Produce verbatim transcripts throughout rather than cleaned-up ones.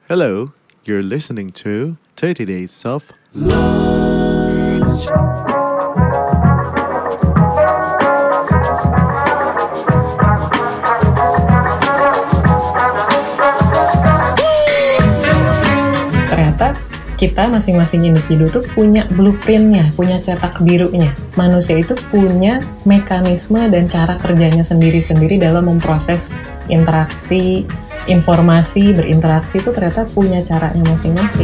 Hello, you're listening to thirty Days of Lunch. Ternyata kita masing-masing individu tuh punya blueprintnya, punya cetak birunya. Manusia itu punya mekanisme dan cara kerjanya sendiri-sendiri dalam memproses interaksi, informasi, berinteraksi itu ternyata punya caranya masing-masing.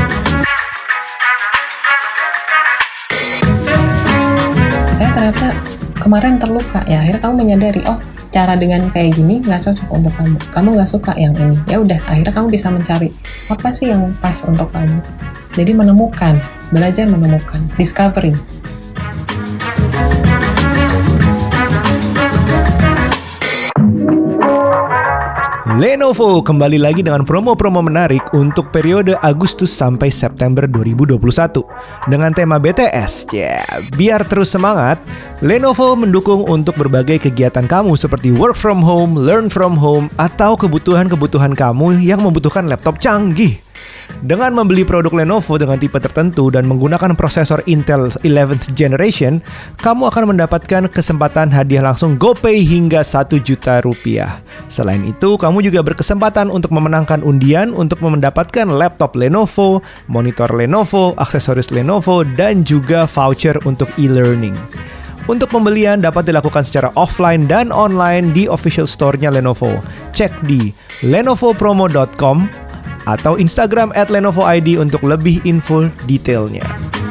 Saya ternyata kemarin terluka ya, akhirnya kamu menyadari, oh cara dengan kayak gini nggak cocok untuk kamu, kamu nggak suka yang ini. Ya udah, akhirnya kamu bisa mencari apa sih yang pas untuk kamu. Jadi menemukan, belajar menemukan, discovering. Lenovo kembali lagi dengan promo-promo menarik untuk periode Agustus sampai September dua ribu dua puluh satu. Dengan tema B T S, ya, yeah, biar terus semangat, Lenovo mendukung untuk berbagai kegiatan kamu seperti work from home, learn from home, atau kebutuhan-kebutuhan kamu yang membutuhkan laptop canggih. Dengan membeli produk Lenovo dengan tipe tertentu dan menggunakan prosesor Intel eleventh generation, kamu akan mendapatkan kesempatan hadiah langsung GoPay hingga satu juta rupiah. Selain itu, kamu juga berkesempatan untuk memenangkan undian untuk mendapatkan laptop Lenovo, monitor Lenovo, aksesoris Lenovo, dan juga voucher untuk e-learning. Untuk pembelian dapat dilakukan secara offline dan online di official store-nya Lenovo. Cek di lenovo promo dot com atau Instagram at lenovo I D untuk lebih info detailnya.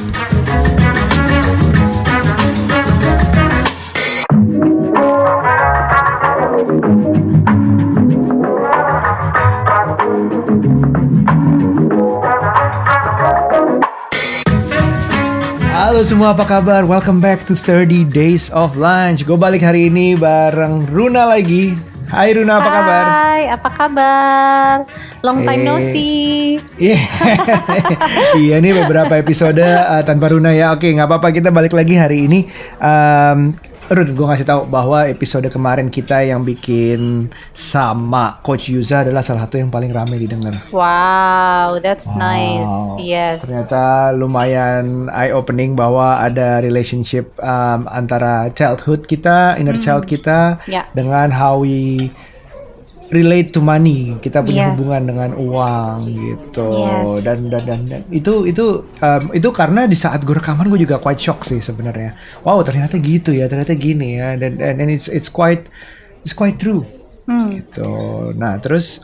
Halo semua, apa kabar? Welcome back to thirty Days of Lunch. Gue balik hari ini bareng Runa lagi. Hai Runa, apa kabar? Hai, apa kabar? Long time eh, no see. Iya, iya nih beberapa episode uh, tanpa Runa ya. Oke, nggak apa-apa, kita balik lagi hari ini. Um, Run, gue ngasih tahu bahwa episode kemarin kita yang bikin sama Coach Yuza adalah salah satu yang paling ramai didengar. Wow, that's wow. nice. Yes. Ternyata lumayan eye opening bahwa ada relationship um, antara childhood kita, inner mm. child kita, yeah. dengan how we relate to money, kita punya yes. hubungan dengan uang gitu. Yes. Dan, dan dan dan itu itu um, itu karena di saat gue rekaman gue juga quite shock sih sebenarnya. Wow, ternyata gitu ya, ternyata gini ya, dan dan and it's it's quite it's quite true. Hmm. Gitu. Nah, terus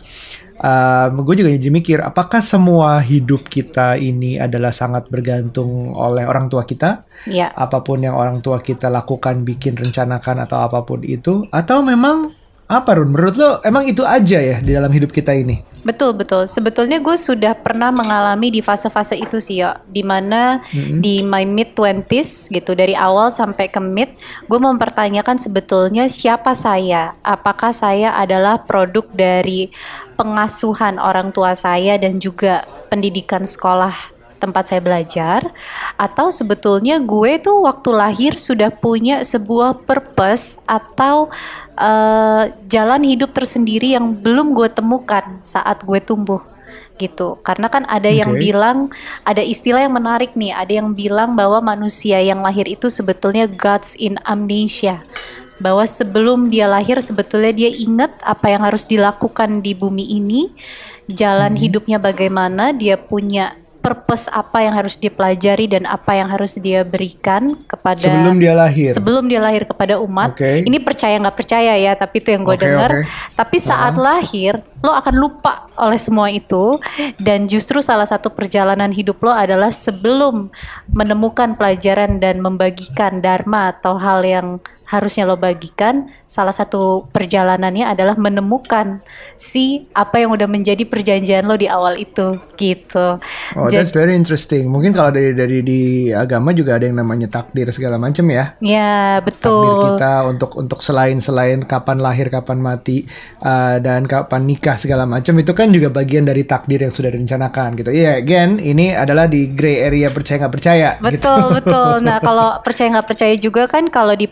um, gue juga jadi mikir, apakah semua hidup kita ini adalah sangat bergantung oleh orang tua kita? Yeah. Apapun yang orang tua kita lakukan, bikin, rencanakan atau apapun itu, atau memang apa Run? Menurut lo emang itu aja ya di dalam hidup kita ini? Betul, betul. Sebetulnya gue sudah pernah mengalami di fase-fase itu sih ya, dimana mm-hmm. di my mid twenties gitu, dari awal sampai ke mid, gue mempertanyakan sebetulnya siapa saya? Apakah saya adalah produk dari pengasuhan orang tua saya dan juga pendidikan sekolah tempat saya belajar, atau sebetulnya gue tuh waktu lahir sudah punya sebuah purpose atau uh, jalan hidup tersendiri yang belum gue temukan saat gue tumbuh gitu. Karena kan ada okay. yang bilang, ada istilah yang menarik nih, ada yang bilang bahwa manusia yang lahir itu sebetulnya gods in amnesia, bahwa sebelum dia lahir sebetulnya dia ingat apa yang harus dilakukan di bumi ini, jalan hmm. hidupnya bagaimana, dia punya purpose apa yang harus dipelajari dan apa yang harus dia berikan kepada sebelum dia lahir sebelum dia lahir kepada umat. Okay. Ini percaya nggak percaya ya, tapi itu yang gue okay, dengar. Okay. Tapi saat uh-huh. lahir lo akan lupa oleh semua itu, dan justru salah satu perjalanan hidup lo adalah sebelum menemukan pelajaran dan membagikan dharma atau hal yang harusnya lo bagikan, salah satu perjalanannya adalah menemukan si apa yang udah menjadi perjanjian lo di awal itu gitu. Oh, that's very interesting. Mungkin kalau dari dari di agama juga ada yang namanya takdir segala macam ya. Ya, betul. Takdir kita untuk untuk selain selain kapan lahir, kapan mati, uh, dan kapan nikah segala macam, itu kan juga bagian dari takdir yang sudah direncanakan gitu. Iya, yeah, again ini adalah di gray area percaya nggak percaya. Betul, gitu. betul. Nah, kalau percaya nggak percaya juga kan kalau dipaham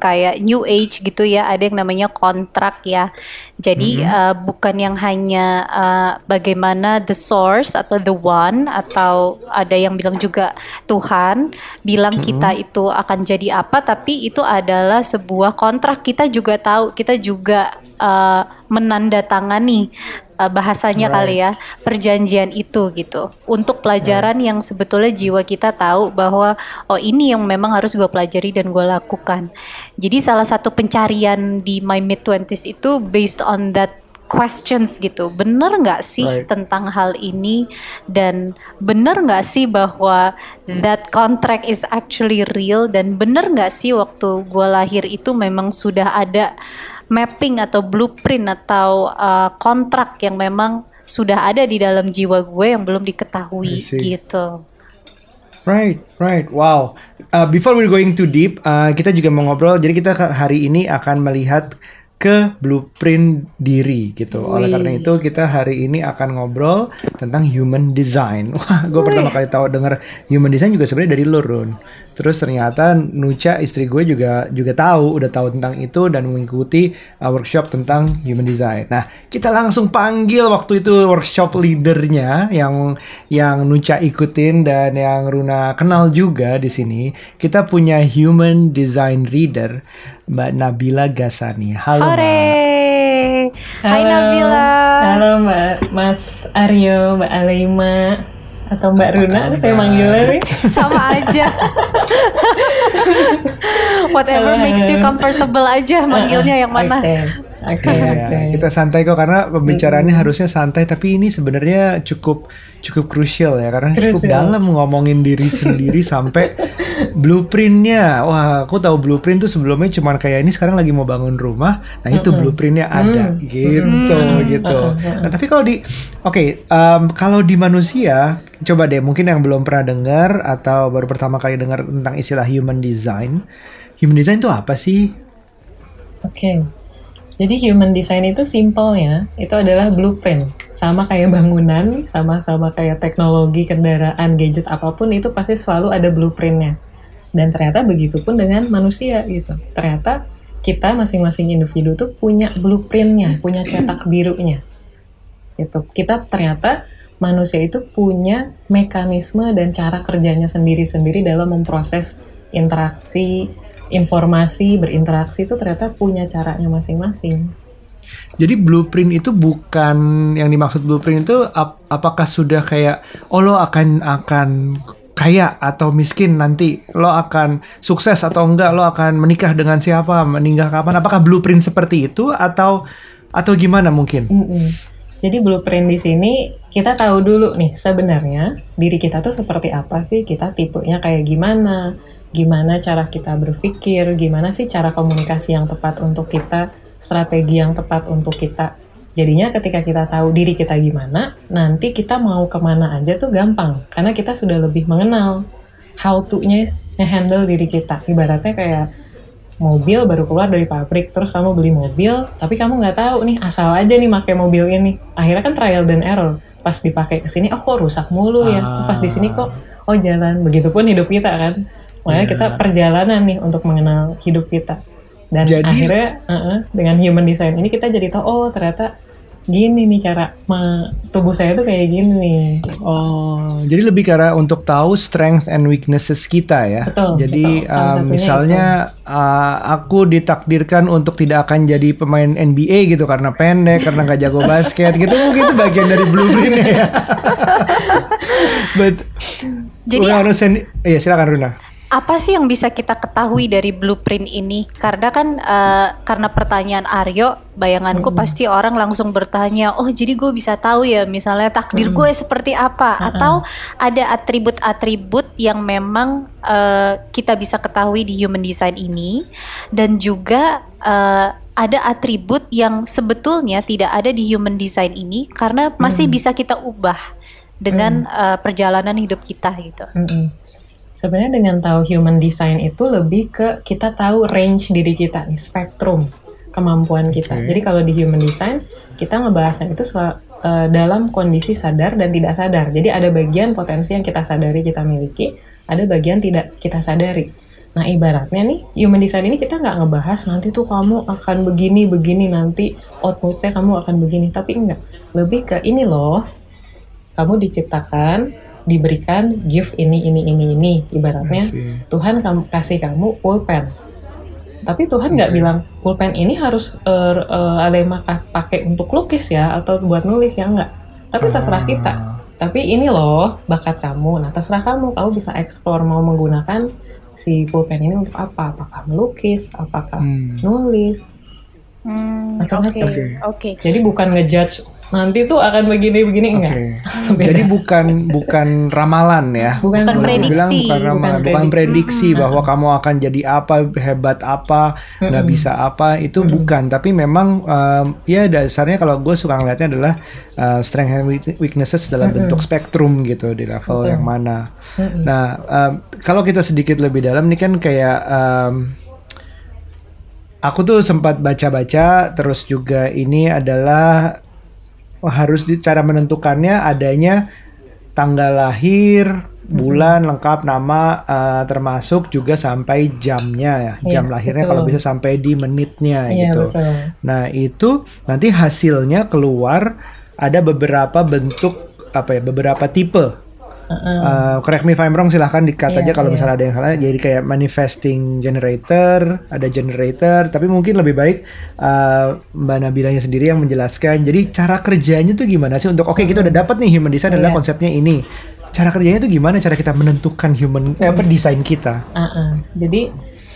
kayak new age gitu ya, ada yang namanya kontrak ya. Jadi mm-hmm. uh, bukan yang hanya uh, bagaimana the source atau the one, atau ada yang bilang juga Tuhan bilang mm-hmm. kita itu akan jadi apa, tapi itu adalah sebuah kontrak. Kita juga tahu, kita juga uh, menandatangani uh, bahasanya right. kali ya, perjanjian itu gitu, untuk pelajaran right. yang sebetulnya jiwa kita tahu bahwa oh ini yang memang harus gue pelajari dan gue lakukan. Jadi salah satu pencarian di my mid twenties itu based on that questions gitu. Bener nggak sih right. tentang hal ini, dan bener nggak sih bahwa that contract is actually real, dan bener nggak sih waktu gue lahir itu memang sudah ada mapping atau blueprint atau uh, kontrak yang memang sudah ada di dalam jiwa gue yang belum diketahui gitu. Right, right, wow. Uh, before we're going too deep, uh, kita juga mau ngobrol. Jadi kita hari ini akan melihat ke blueprint diri gitu. Oleh Wih. Karena itu kita hari ini akan ngobrol tentang human design. Wah, gue pertama kali tahu dengar human design juga sebenarnya dari lo, Run. Terus ternyata Nucha, istri gue juga juga tahu, udah tahu tentang itu dan mengikuti uh, workshop tentang human design. Nah, kita langsung panggil waktu itu workshop leadernya yang yang Nucha ikutin dan yang Runa kenal juga di sini. Kita punya human design reader, Mbak Nabila Ghasani. Halo, Hore. Mbak. Hai Nabila. Halo Mbak, Mas Aryo, Mbak Aleima, atau Mbak Runa, saya manggilnya nih. Sama aja. Whatever Halo. Makes you comfortable aja manggilnya yang mana. Okay. Oke, okay, ya, okay. Kita santai kok karena pembicaraannya hmm. harusnya santai, tapi ini sebenarnya cukup cukup krusial ya, karena crucial. Cukup dalam ngomongin diri sendiri sampai blueprintnya. Wah, aku tahu blueprint tuh sebelumnya cuman kayak ini sekarang lagi mau bangun rumah, nah itu uh-huh. blueprintnya ada, uh-huh. gitu uh-huh. gitu. Uh-huh. Nah tapi kalau di, oke, okay, um, kalau di manusia, coba deh mungkin yang belum pernah dengar atau baru pertama kali dengar tentang istilah human design. Human design itu apa sih? Oke. Okay. Jadi human design itu simpelnya itu adalah blueprint. Sama kayak bangunan, sama-sama kayak teknologi, kendaraan, gadget apapun itu pasti selalu ada blueprintnya. Dan ternyata begitu pun dengan manusia gitu. Ternyata kita masing-masing individu tuh punya blueprintnya, punya cetak birunya. Gitu. Kita ternyata manusia itu punya mekanisme dan cara kerjanya sendiri-sendiri dalam memproses interaksi, informasi, berinteraksi itu ternyata punya caranya masing-masing. Jadi blueprint itu bukan, yang dimaksud blueprint itu ap- apakah sudah kayak oh lo akan akan kaya atau miskin nanti, lo akan sukses atau enggak, lo akan menikah dengan siapa, meninggal kapan, apakah blueprint seperti itu atau atau gimana mungkin? Mm-mm. Jadi blueprint di sini kita tahu dulu nih sebenarnya diri kita tuh seperti apa sih, kita tipenya kayak gimana, gimana cara kita berpikir, gimana sih cara komunikasi yang tepat untuk kita, strategi yang tepat untuk kita. Jadinya ketika kita tahu diri kita gimana, nanti kita mau kemana aja tuh gampang. Karena kita sudah lebih mengenal how to-nya nge-handle diri kita. Ibaratnya kayak mobil baru keluar dari pabrik, terus kamu beli mobil, tapi kamu nggak tahu nih, asal aja nih pakai mobil ini. Akhirnya kan trial dan error. Pas dipakai ke sini, oh kok rusak mulu ya. Ah. Pas di sini kok, oh jalan. Begitupun hidup kita kan. Makanya yeah. kita perjalanan nih untuk mengenal hidup kita. Dan jadi, akhirnya uh-uh, dengan human design ini kita jadi tahu, oh ternyata gini nih cara me- tubuh saya tuh kayak gini nih. Oh, jadi lebih karena untuk tahu strength and weaknesses kita ya. Betul. Jadi betul. Uh, misalnya uh, aku ditakdirkan untuk tidak akan jadi pemain N B A gitu karena pendek, karena nggak jago basket gitu, mungkin itu bagian dari blueprintnya ya. But jadi ya silakan Runa. Apa sih yang bisa kita ketahui dari blueprint ini? Karena kan uh, karena pertanyaan Aryo, bayanganku hmm. pasti orang langsung bertanya, oh jadi gue bisa tahu ya misalnya takdir hmm. gue seperti apa, hmm. atau ada atribut-atribut yang memang uh, kita bisa ketahui di human design ini, dan juga uh, ada atribut yang sebetulnya tidak ada di human design ini karena masih hmm. bisa kita ubah dengan hmm. uh, perjalanan hidup kita gitu. Hmm. Sebenarnya dengan tahu human design itu lebih ke kita tahu range diri kita nih, spektrum kemampuan kita. Okay. Jadi kalau di human design kita ngebahasnya itu sel- uh, dalam kondisi sadar dan tidak sadar. Jadi ada bagian potensi yang kita sadari kita miliki, ada bagian tidak kita sadari. Nah ibaratnya nih human design ini kita nggak ngebahas nanti tuh kamu akan begini begini nanti outputnya kamu akan begini, tapi enggak, lebih ke ini loh, kamu diciptakan diberikan gift ini ini ini ini ibaratnya Tuhan kamu kasih kamu pulpen, tapi Tuhan nggak okay. bilang pulpen ini harus uh, uh, Alema pakai untuk lukis ya atau buat nulis ya, enggak, tapi terserah kita. Tapi ini loh bakat kamu, nah terserah kamu, kamu bisa explore mau menggunakan si pulpen ini untuk apa, apakah melukis, apakah hmm. nulis, hmm, macam-macam. Oke. Okay, okay. Jadi bukan ngejudge nanti tuh akan begini-begini, enggak. Okay. Jadi bukan bukan ramalan ya. Bukan, bukan prediksi. Bilang bukan ramalan, bukan, bukan prediksi hmm. bahwa kamu akan jadi apa, hebat apa, nggak hmm. bisa apa, itu hmm. bukan. Tapi memang um, ya dasarnya kalau gue suka ngeliatnya adalah uh, strength and weaknesses dalam hmm. bentuk spektrum gitu di level Betul. yang mana. Hmm. Nah um, kalau kita sedikit lebih dalam nih kan kayak um, aku tuh sempat baca-baca, terus juga ini adalah oh, harus di, cara menentukannya adanya tanggal lahir, bulan, mm-hmm. lengkap, nama, uh, termasuk juga sampai jamnya ya. Jam yeah, lahirnya betul. Kalau bisa sampai di menitnya yeah, gitu. Betul. Nah itu nanti hasilnya keluar ada beberapa bentuk apa ya, beberapa tipe. Uh-uh. Uh, correct me if I'm wrong, silahkan dikat yeah, aja kalau yeah. misalnya ada yang salah. Jadi kayak manifesting generator, ada generator, tapi mungkin lebih baik uh, Mbak Nabilanya sendiri yang menjelaskan. Jadi cara kerjanya tuh gimana sih untuk oke okay, kita udah dapat nih human design yeah. adalah konsepnya ini. Cara kerjanya tuh gimana? Cara kita menentukan human eh, apa desain kita? Uh-uh. Jadi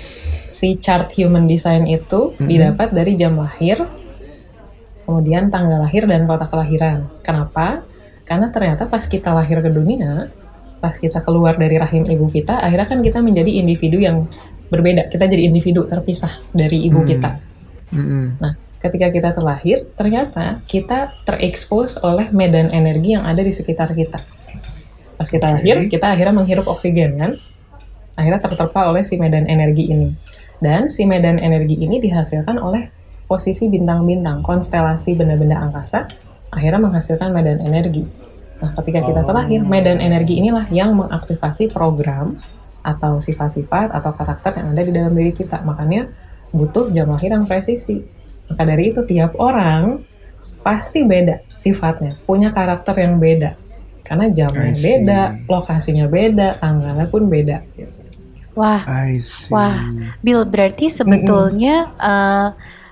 si chart human design itu mm-hmm. didapat dari jam lahir, kemudian tanggal lahir dan kota kelahiran. Kenapa? Karena ternyata pas kita lahir ke dunia, pas kita keluar dari rahim ibu kita, akhirnya kan kita menjadi individu yang berbeda. Kita jadi individu terpisah dari ibu hmm. kita. Hmm. Nah, ketika kita terlahir, ternyata kita terekspos oleh medan energi yang ada di sekitar kita. Pas kita okay. lahir, kita akhirnya menghirup oksigen kan? Akhirnya terterpa oleh si medan energi ini. Dan si medan energi ini dihasilkan oleh posisi bintang-bintang, konstelasi benda-benda angkasa, akhirnya menghasilkan medan energi. Nah, ketika kita terlahir, medan energi inilah yang mengaktifasi program atau sifat-sifat atau karakter yang ada di dalam diri kita. Makanya butuh jam lahir yang presisi. Maka dari itu tiap orang pasti beda sifatnya, punya karakter yang beda. Karena jamnya beda, lokasinya beda, tanggalnya pun beda. Wah, wah, Bill, berarti sebetulnya uh,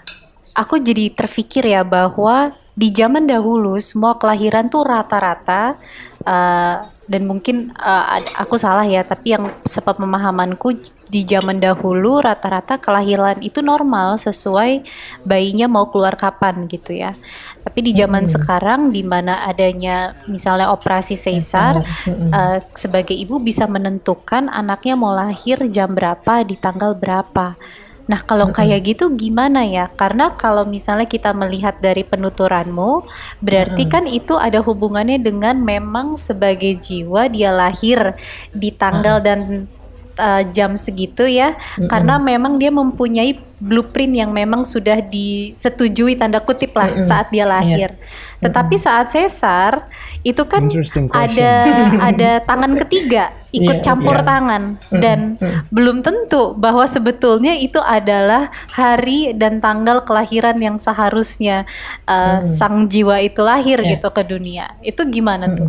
aku jadi terfikir ya bahwa di zaman dahulu semua kelahiran tuh rata-rata uh, dan mungkin uh, aku salah ya, tapi yang sepemahamanku di zaman dahulu rata-rata kelahiran itu normal sesuai bayinya mau keluar kapan gitu ya. Tapi di zaman hmm. sekarang di mana adanya misalnya operasi sesar, hmm. uh, sebagai ibu bisa menentukan anaknya mau lahir jam berapa di tanggal berapa. Nah kalau mm-hmm. kayak gitu gimana ya? Karena kalau misalnya kita melihat dari penuturanmu, berarti mm-hmm. kan itu ada hubungannya dengan memang sebagai jiwa dia lahir di tanggal mm-hmm. dan uh, jam segitu ya. Mm-hmm. Karena memang dia mempunyai blueprint yang memang sudah disetujui tanda kutip lah mm-hmm. saat dia lahir. Yeah. Tetapi mm-hmm. saat sesar itu kan ada ada tangan ketiga ikut yeah, campur yeah. tangan dan mm-hmm. belum tentu bahwa sebetulnya itu adalah hari dan tanggal kelahiran yang seharusnya uh, mm-hmm. sang jiwa itu lahir yeah. gitu ke dunia. Itu gimana mm-hmm. tuh?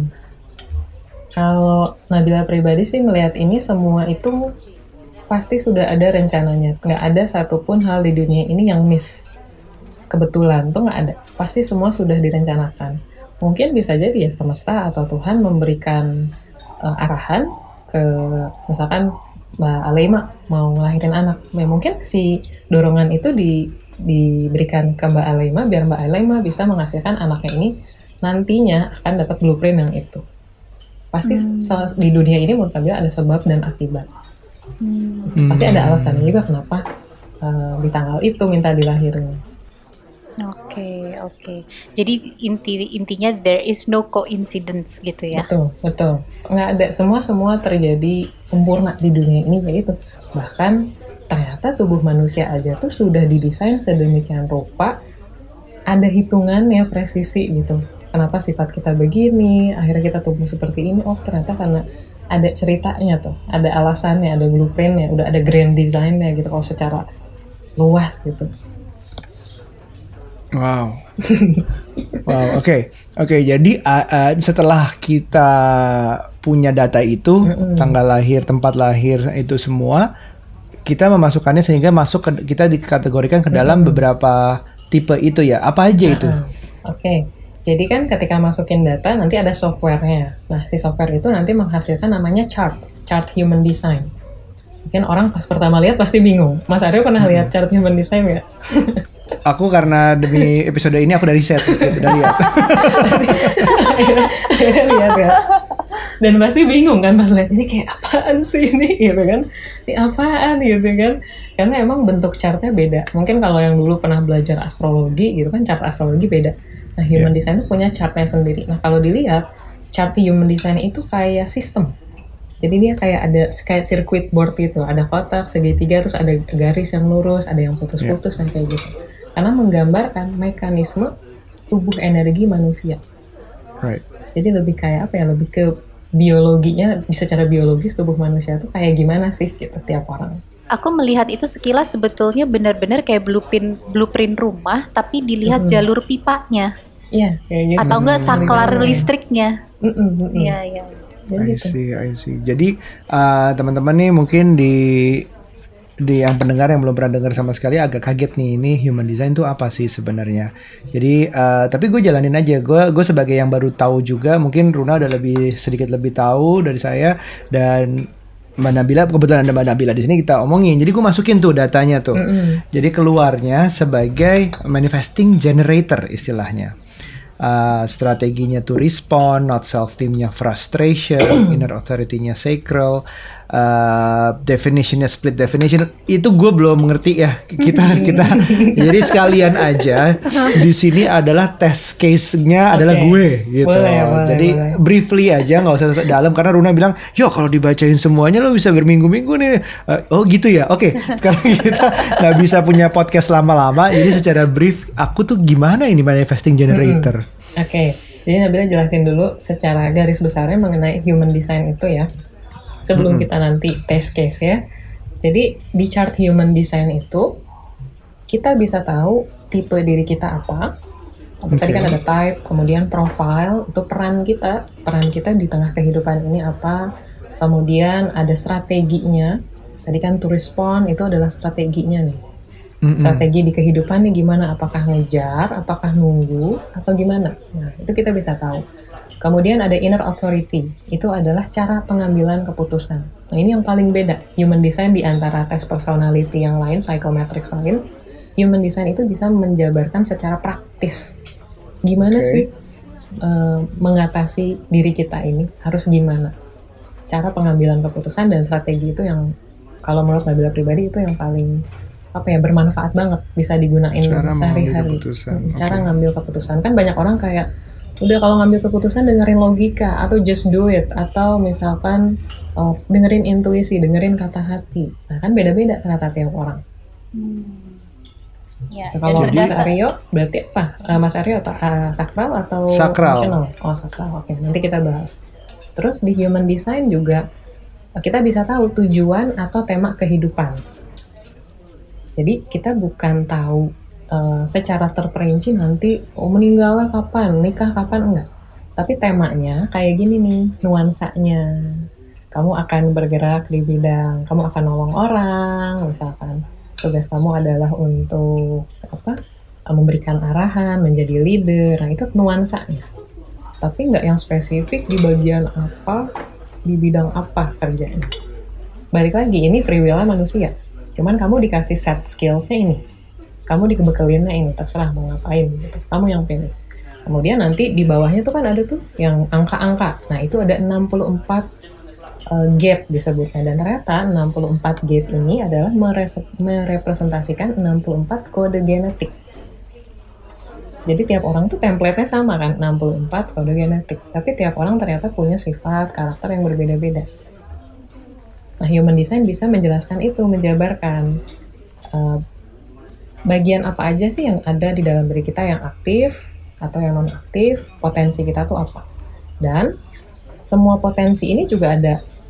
Kalau Nabila pribadi sih melihat ini semua itu pasti sudah ada rencananya. Nggak ada satupun hal di dunia ini yang miss. Kebetulan tuh nggak ada. Pasti semua sudah direncanakan. Mungkin bisa jadi ya semesta atau Tuhan memberikan uh, arahan ke misalkan Mbak Alema mau ngelahirin anak. Ya mungkin si dorongan itu di, diberikan ke Mbak Alema biar Mbak Alema bisa menghasilkan anaknya ini nantinya akan dapat blueprint yang itu. Pasti hmm. di dunia ini menurut Nabila ada sebab dan akibat. Hmm. Pasti ada alasannya juga kenapa uh, di tanggal itu minta dilahirin. Oke, okay, oke. Okay. Jadi inti intinya there is no coincidence gitu ya. Betul, betul. Nggak ada, semua semua terjadi sempurna di dunia ini kayak itu. Bahkan ternyata tubuh manusia aja tuh sudah didesain sedemikian rupa, ada hitungannya presisi gitu. Kenapa sifat kita begini, akhirnya kita tumbuh seperti ini? Oh, ternyata karena ada ceritanya tuh, ada alasannya, ada blueprintnya, udah ada grand design-nya gitu kalau secara luas gitu. Wow. Wow, oke. Okay. Oke, okay, jadi uh, uh, setelah kita punya data itu, mm-mm. tanggal lahir, tempat lahir itu semua, kita memasukkannya sehingga masuk ke, kita dikategorikan ke dalam mm-mm. beberapa tipe itu ya. Apa aja itu? Uh-uh. Oke. Okay. Jadi kan ketika masukin data nanti ada softwarenya. Nah, si software itu nanti menghasilkan namanya chart, chart human design. Mungkin orang pas pertama lihat pasti bingung. Mas Aryo pernah mm-hmm. lihat chart human design nggak? Aku karena demi episode ini aku dari riset, gitu, udah lihat. akhirnya, akhirnya lihat ya. Dan pasti bingung kan pas lihat ini kayak apaan sih ini gitu kan? Ini apaan gitu kan? Karena emang bentuk chartnya beda. Mungkin kalau yang dulu pernah belajar astrologi gitu kan, chart astrologi beda. Nah, human yeah. design itu punya chartnya sendiri. Nah, kalau dilihat chart human design itu kayak sistem. Jadi dia kayak ada kayak circuit board gitu, ada kotak, segitiga, terus ada garis yang lurus, ada yang putus-putus yeah. dan kayak gitu. Karena menggambarkan mekanisme tubuh energi manusia. Right. Jadi lebih kayak apa ya? Lebih ke biologinya, bisa secara biologis tubuh manusia tuh kayak gimana sih gitu tiap orang. Aku melihat itu sekilas sebetulnya benar-benar kayak blueprint blueprint rumah, tapi dilihat mm-hmm. jalur pipanya. Iya, kayak gitu. Atau enggak saklar mm-hmm. listriknya. Iya, iya. I see, I see. Jadi uh, teman-teman nih mungkin di di yang pendengar yang belum pernah dengar sama sekali agak kaget nih, ini human design itu apa sih sebenarnya. Jadi uh, tapi gue jalanin aja, gue gue sebagai yang baru tahu juga, mungkin Runa udah lebih sedikit lebih tahu dari saya, dan Mbak Nabila, kebetulan ada Mbak Nabila di sini, kita omongin. Jadi gue masukin tuh datanya tuh. Mm-hmm. Jadi keluarnya sebagai manifesting generator istilahnya. Uh, strateginya to respond, not self-teamnya frustration, inner authority-nya sacral, uh, definitionnya split definition. Itu gue belum mengerti ya. Kita kita jadi sekalian aja di sini adalah test case-nya okay. adalah gue gitu. Boleh, boleh, jadi boleh. Briefly aja, nggak usah dalam, karena Runa bilang, yo kalau dibacain semuanya lo bisa berminggu-minggu nih. Uh, oh gitu ya. Oke. Okay. Sekarang kita nggak bisa punya podcast lama-lama. Jadi secara brief, aku tuh gimana ini manifesting generator? Hmm. Oke, okay. Jadi Nabila jelasin dulu secara garis besarnya mengenai human design itu ya. Sebelum mm-hmm. kita nanti test case ya. Jadi di chart human design itu kita bisa tahu tipe diri kita apa. Okay. Tadi kan ada type, kemudian profile, itu peran kita, peran kita di tengah kehidupan ini apa. Kemudian ada strateginya. Tadi kan to respond itu adalah strateginya nih. Mm-hmm. Strategi di kehidupan nih gimana, apakah ngejar, apakah nunggu, atau gimana. Nah, itu kita bisa tahu. Kemudian ada inner authority, itu adalah cara pengambilan keputusan. Nah, ini yang paling beda. Human design di antara tes personality yang lain, psychometrics lain, human design itu bisa menjabarkan secara praktis. Gimana okay. sih uh, mengatasi diri kita ini, harus gimana. Cara pengambilan keputusan dan strategi itu yang, kalau menurut Nabila pribadi, itu yang paling apa ya, bermanfaat banget, bisa digunain sehari-hari. Hmm, okay. Cara ngambil keputusan. Kan banyak orang kayak udah kalau ngambil keputusan dengerin logika atau just do it, atau misalkan oh, dengerin intuisi, dengerin kata hati. Nah, kan beda-beda ternyata tiap orang. Hmm. Ya, kalau Mas Aryo berarti apa? Uh, Mas Aryo apa? Uh, sakral atau sakral. Emotional? Oh, sakral. Oke, nanti kita bahas. Terus di human design juga kita bisa tahu tujuan atau tema kehidupan. Jadi kita bukan tahu uh, secara terperinci nanti oh, meninggalnya kapan, nikah kapan, enggak. Tapi temanya kayak gini nih, nuansanya. Kamu akan bergerak di bidang, kamu akan nolong orang, misalkan. Tugas kamu adalah untuk apa? Memberikan arahan, menjadi leader. Nah, itu nuansanya. Tapi enggak yang spesifik di bagian apa, di bidang apa kerjanya. Balik lagi, ini free will-nya manusia. Cuman kamu dikasih set skills-nya ini. Kamu dibekalinnya ini, terserah mau ngapain gitu. Kamu yang pilih. Kemudian nanti di bawahnya tuh kan ada tuh yang angka-angka. Nah, itu ada enam puluh empat uh, gate disebutnya. Dan ternyata enam puluh empat gate ini adalah meres- merepresentasikan enam puluh empat kode genetik. Jadi tiap orang tuh template-nya sama kan, enam puluh empat kode genetik. Tapi tiap orang ternyata punya sifat, karakter yang berbeda-beda. Nah, human design bisa menjelaskan itu, menjabarkan uh, bagian apa aja sih yang ada di dalam diri kita yang aktif atau yang non-aktif, potensi kita tuh apa. Dan semua potensi ini juga ada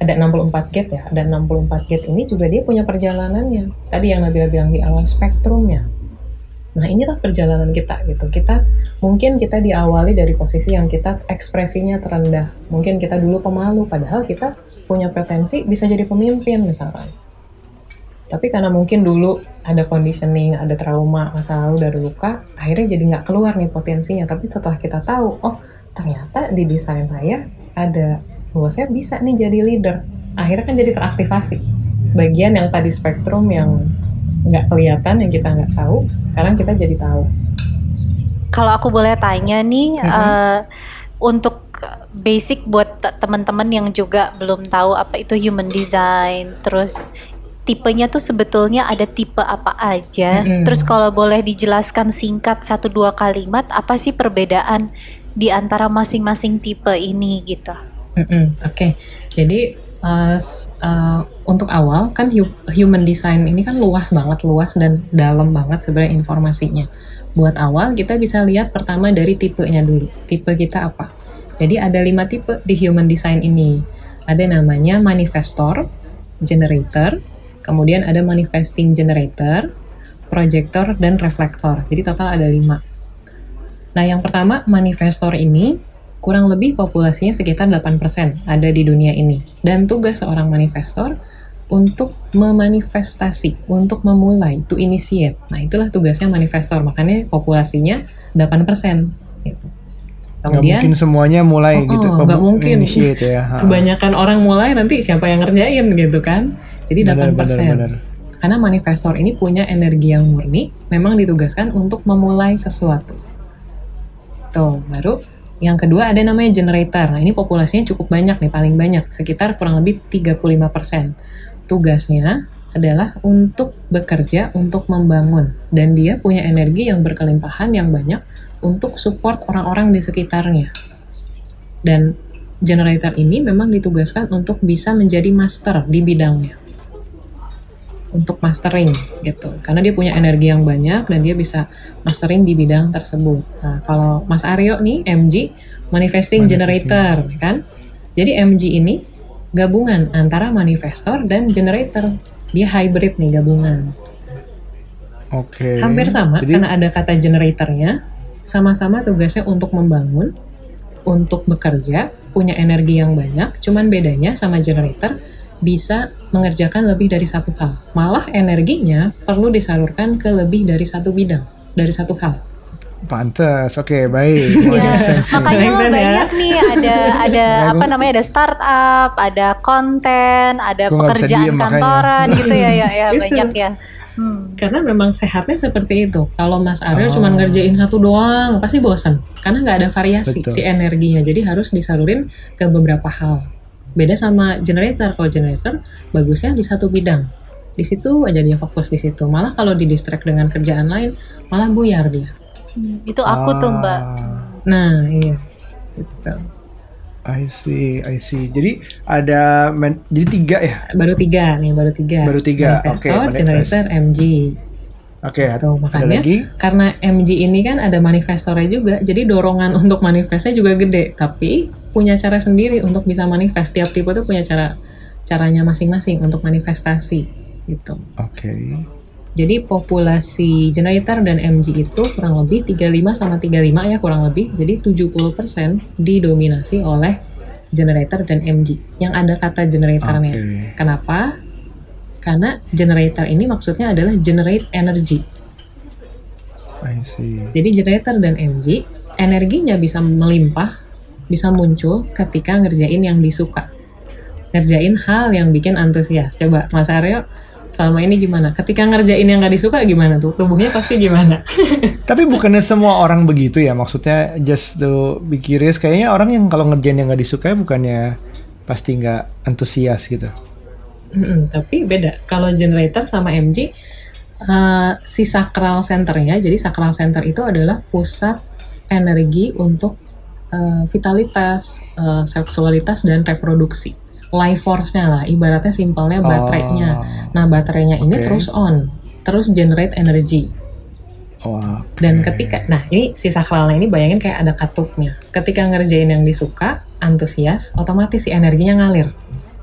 ada enam puluh empat gate ya, ada enam puluh empat gate ini juga dia punya perjalanannya. Tadi yang Nabila bilang di awal, spektrumnya. Nah inilah perjalanan kita gitu. Kita mungkin kita diawali dari posisi yang kita ekspresinya terendah. Mungkin kita dulu pemalu, padahal kita punya potensi bisa jadi pemimpin misalkan. Tapi karena mungkin dulu ada conditioning, ada trauma, masa lalu dari luka, akhirnya jadi nggak keluar nih potensinya. Tapi setelah kita tahu, oh ternyata di desain saya ada, bahwa saya bisa nih jadi leader. Akhirnya kan jadi teraktivasi. Bagian yang tadi spektrum yang nggak kelihatan, yang kita nggak tahu, sekarang kita jadi tahu. Kalau aku boleh tanya nih, mm-hmm. uh, untuk basic buat teman-teman yang juga belum tahu apa itu human design, terus tipenya tuh sebetulnya ada tipe apa aja, mm-hmm. terus kalau boleh dijelaskan singkat satu dua kalimat, apa sih perbedaan di antara masing-masing tipe ini gitu? Mm-hmm. Oke, okay. Jadi Uh, uh, untuk awal kan hu- human design ini kan luas banget, luas dan dalam banget sebenarnya informasinya. Buat awal kita bisa lihat pertama dari tipenya dulu. Tipe kita apa? Jadi ada lima tipe di human design ini. Ada namanya manifestor, generator, kemudian ada manifesting generator, projector, dan reflektor. Jadi total ada lima. Nah yang pertama manifestor ini kurang lebih populasinya sekitar delapan persen ada di dunia ini. Dan tugas seorang manifestor untuk memanifestasi, untuk memulai, to initiate. Nah itulah tugasnya manifestor, makanya populasinya delapan persen. Gitu. Kemudian, gak mungkin semuanya mulai oh, gitu. Oh, gak mungkin. Ya. Kebanyakan orang mulai nanti siapa yang ngerjain gitu kan. Jadi delapan persen. Benar, benar, benar. Karena manifestor ini punya energi yang murni, memang ditugaskan untuk memulai sesuatu. Tuh, baru yang kedua ada namanya generator. Nah ini populasinya cukup banyak nih, paling banyak, sekitar kurang lebih tiga puluh lima persen. Tugasnya adalah untuk bekerja, untuk membangun. Dan dia punya energi yang berkelimpahan, yang banyak, untuk support orang-orang di sekitarnya. Dan generator ini memang ditugaskan untuk bisa menjadi master di bidangnya. Untuk mastering gitu, karena dia punya energi yang banyak dan dia bisa mastering di bidang tersebut. Nah kalau Mas Aryo nih M G manifesting, manifesting. generator kan, jadi M G ini gabungan antara manifestor dan generator, dia hybrid nih gabungan. Oke. Okay. Hampir sama jadi, karena ada kata generatornya, sama-sama tugasnya untuk membangun, untuk bekerja, punya energi yang banyak. Cuman bedanya sama generator bisa mengerjakan lebih dari satu hal. Malah energinya perlu disalurkan ke lebih dari satu bidang, dari satu hal. Pantes, oke okay, baik. Ya, makanya lo banyak nih, ada ada apa namanya, ada startup, ada konten, ada gua pekerjaan kantoran makanya. Gitu ya, ya, ya banyak ya. Hmm. Karena memang sehatnya seperti itu. Kalau Mas Aryo oh. cuma ngerjain satu doang, pasti bosan. Karena nggak ada variasi. Betul. Si energinya, jadi harus disalurin ke beberapa hal. Beda sama generator. Kalau generator bagusnya di satu bidang, di situ aja dia fokus di situ. Malah kalau di distract dengan kerjaan lain, malah buyar dia. Hmm, itu aku ah. tuh Mbak. Nah iya. Gitu. I see, I see. Jadi ada, men- jadi tiga ya? Baru tiga nih, baru tiga. Baru tiga. Oke. Okay, generator, M G. Oke. Okay, tuh, makanya karena M G ini kan ada manifestornya juga, jadi dorongan untuk manifestnya juga gede. Tapi punya cara sendiri untuk bisa manifest. Tiap tipe tuh punya cara caranya masing-masing untuk manifestasi gitu. Oke. Okay. Jadi populasi generator dan M G itu kurang lebih tiga puluh lima sama tiga puluh lima ya kurang lebih. Jadi tujuh puluh persen didominasi oleh generator dan M G. Yang ada kata generatornya. Okay. Kenapa? Karena generator ini maksudnya adalah generate energy. I see. Jadi generator dan M G energinya bisa melimpah, bisa muncul ketika ngerjain yang disuka, ngerjain hal yang bikin antusias. Coba Mas Aryo selama ini gimana? Ketika ngerjain yang gak disuka gimana tuh? Tubuhnya pasti gimana? Tapi bukannya semua orang begitu ya? Maksudnya just to be curious, kayaknya orang yang kalau ngerjain yang gak disuka bukannya pasti gak antusias gitu. Mm-mm, tapi beda. Kalau generator sama M G, uh, si sacral centernya, jadi sacral center itu adalah pusat energi untuk uh, vitalitas, uh, seksualitas, dan reproduksi. Life force-nya lah, ibaratnya simpelnya baterainya. Oh, nah baterainya ini okay. terus on, terus generate energy. Oh, okay. Dan ketika, nah ini si sakralnya ini bayangin kayak ada katupnya. Ketika ngerjain yang disuka, antusias, otomatis si energinya ngalir.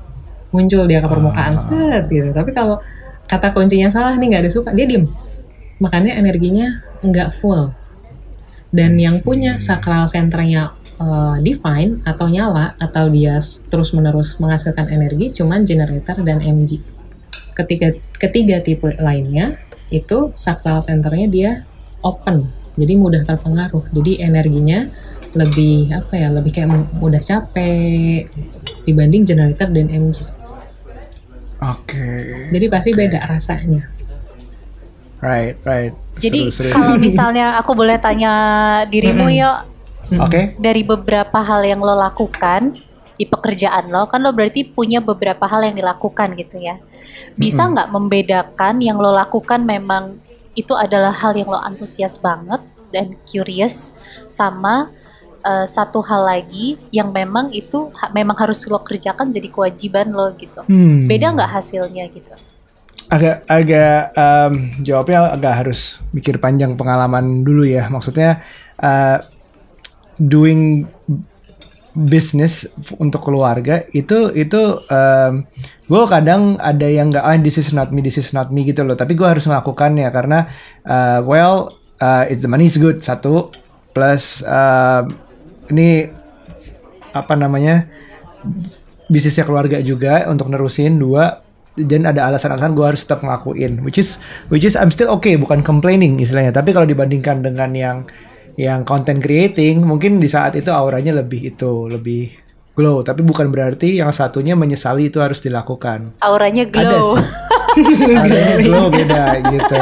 muncul dia ke permukaan set gitu. Tapi kalau kata kuncinya salah nih, nggak disuka, dia diem. Makanya energinya nggak full. Dan yang punya sakral centernya uh, divine atau nyala atau dia terus menerus menghasilkan energi cuman generator dan M G. Ketiga ketiga tipe lainnya itu sakral centernya dia open, jadi mudah terpengaruh. Jadi energinya lebih apa ya, lebih kayak mudah capek gitu, dibanding generator dan M G. Oke. Okay. Jadi pasti okay. beda rasanya. Right, right. Jadi seru, seru. kalau misalnya aku boleh tanya dirimu Mm-hmm. ya, Oke. Okay. Dari beberapa hal yang lo lakukan di pekerjaan lo, kan lo berarti punya beberapa hal yang dilakukan gitu ya. Bisa nggak mm-hmm. membedakan yang lo lakukan memang itu adalah hal yang lo antusias banget dan curious, sama uh, satu hal lagi yang memang itu ha- memang harus lo kerjakan jadi kewajiban lo gitu. Hmm. Beda nggak hasilnya gitu? Agak agak um, jawabnya agak harus mikir panjang, pengalaman dulu ya. Maksudnya uh, doing business untuk keluarga itu itu um, gue kadang ada yang nggak, ah this is not me, this is not me gitu loh. Tapi gue harus melakukannya karena uh, well uh, it's the money is good satu, plus uh, ini apa namanya bisnisnya keluarga juga untuk nerusin, dua, dan ada alasan-alasan gue harus tetap ngelakuin, which is which is I'm still okay, bukan complaining istilahnya. Tapi kalau dibandingkan dengan yang yang content creating, mungkin di saat itu auranya lebih itu lebih glow. Tapi bukan berarti yang satunya menyesali itu harus dilakukan. Auranya glow. Auranya glow beda gitu.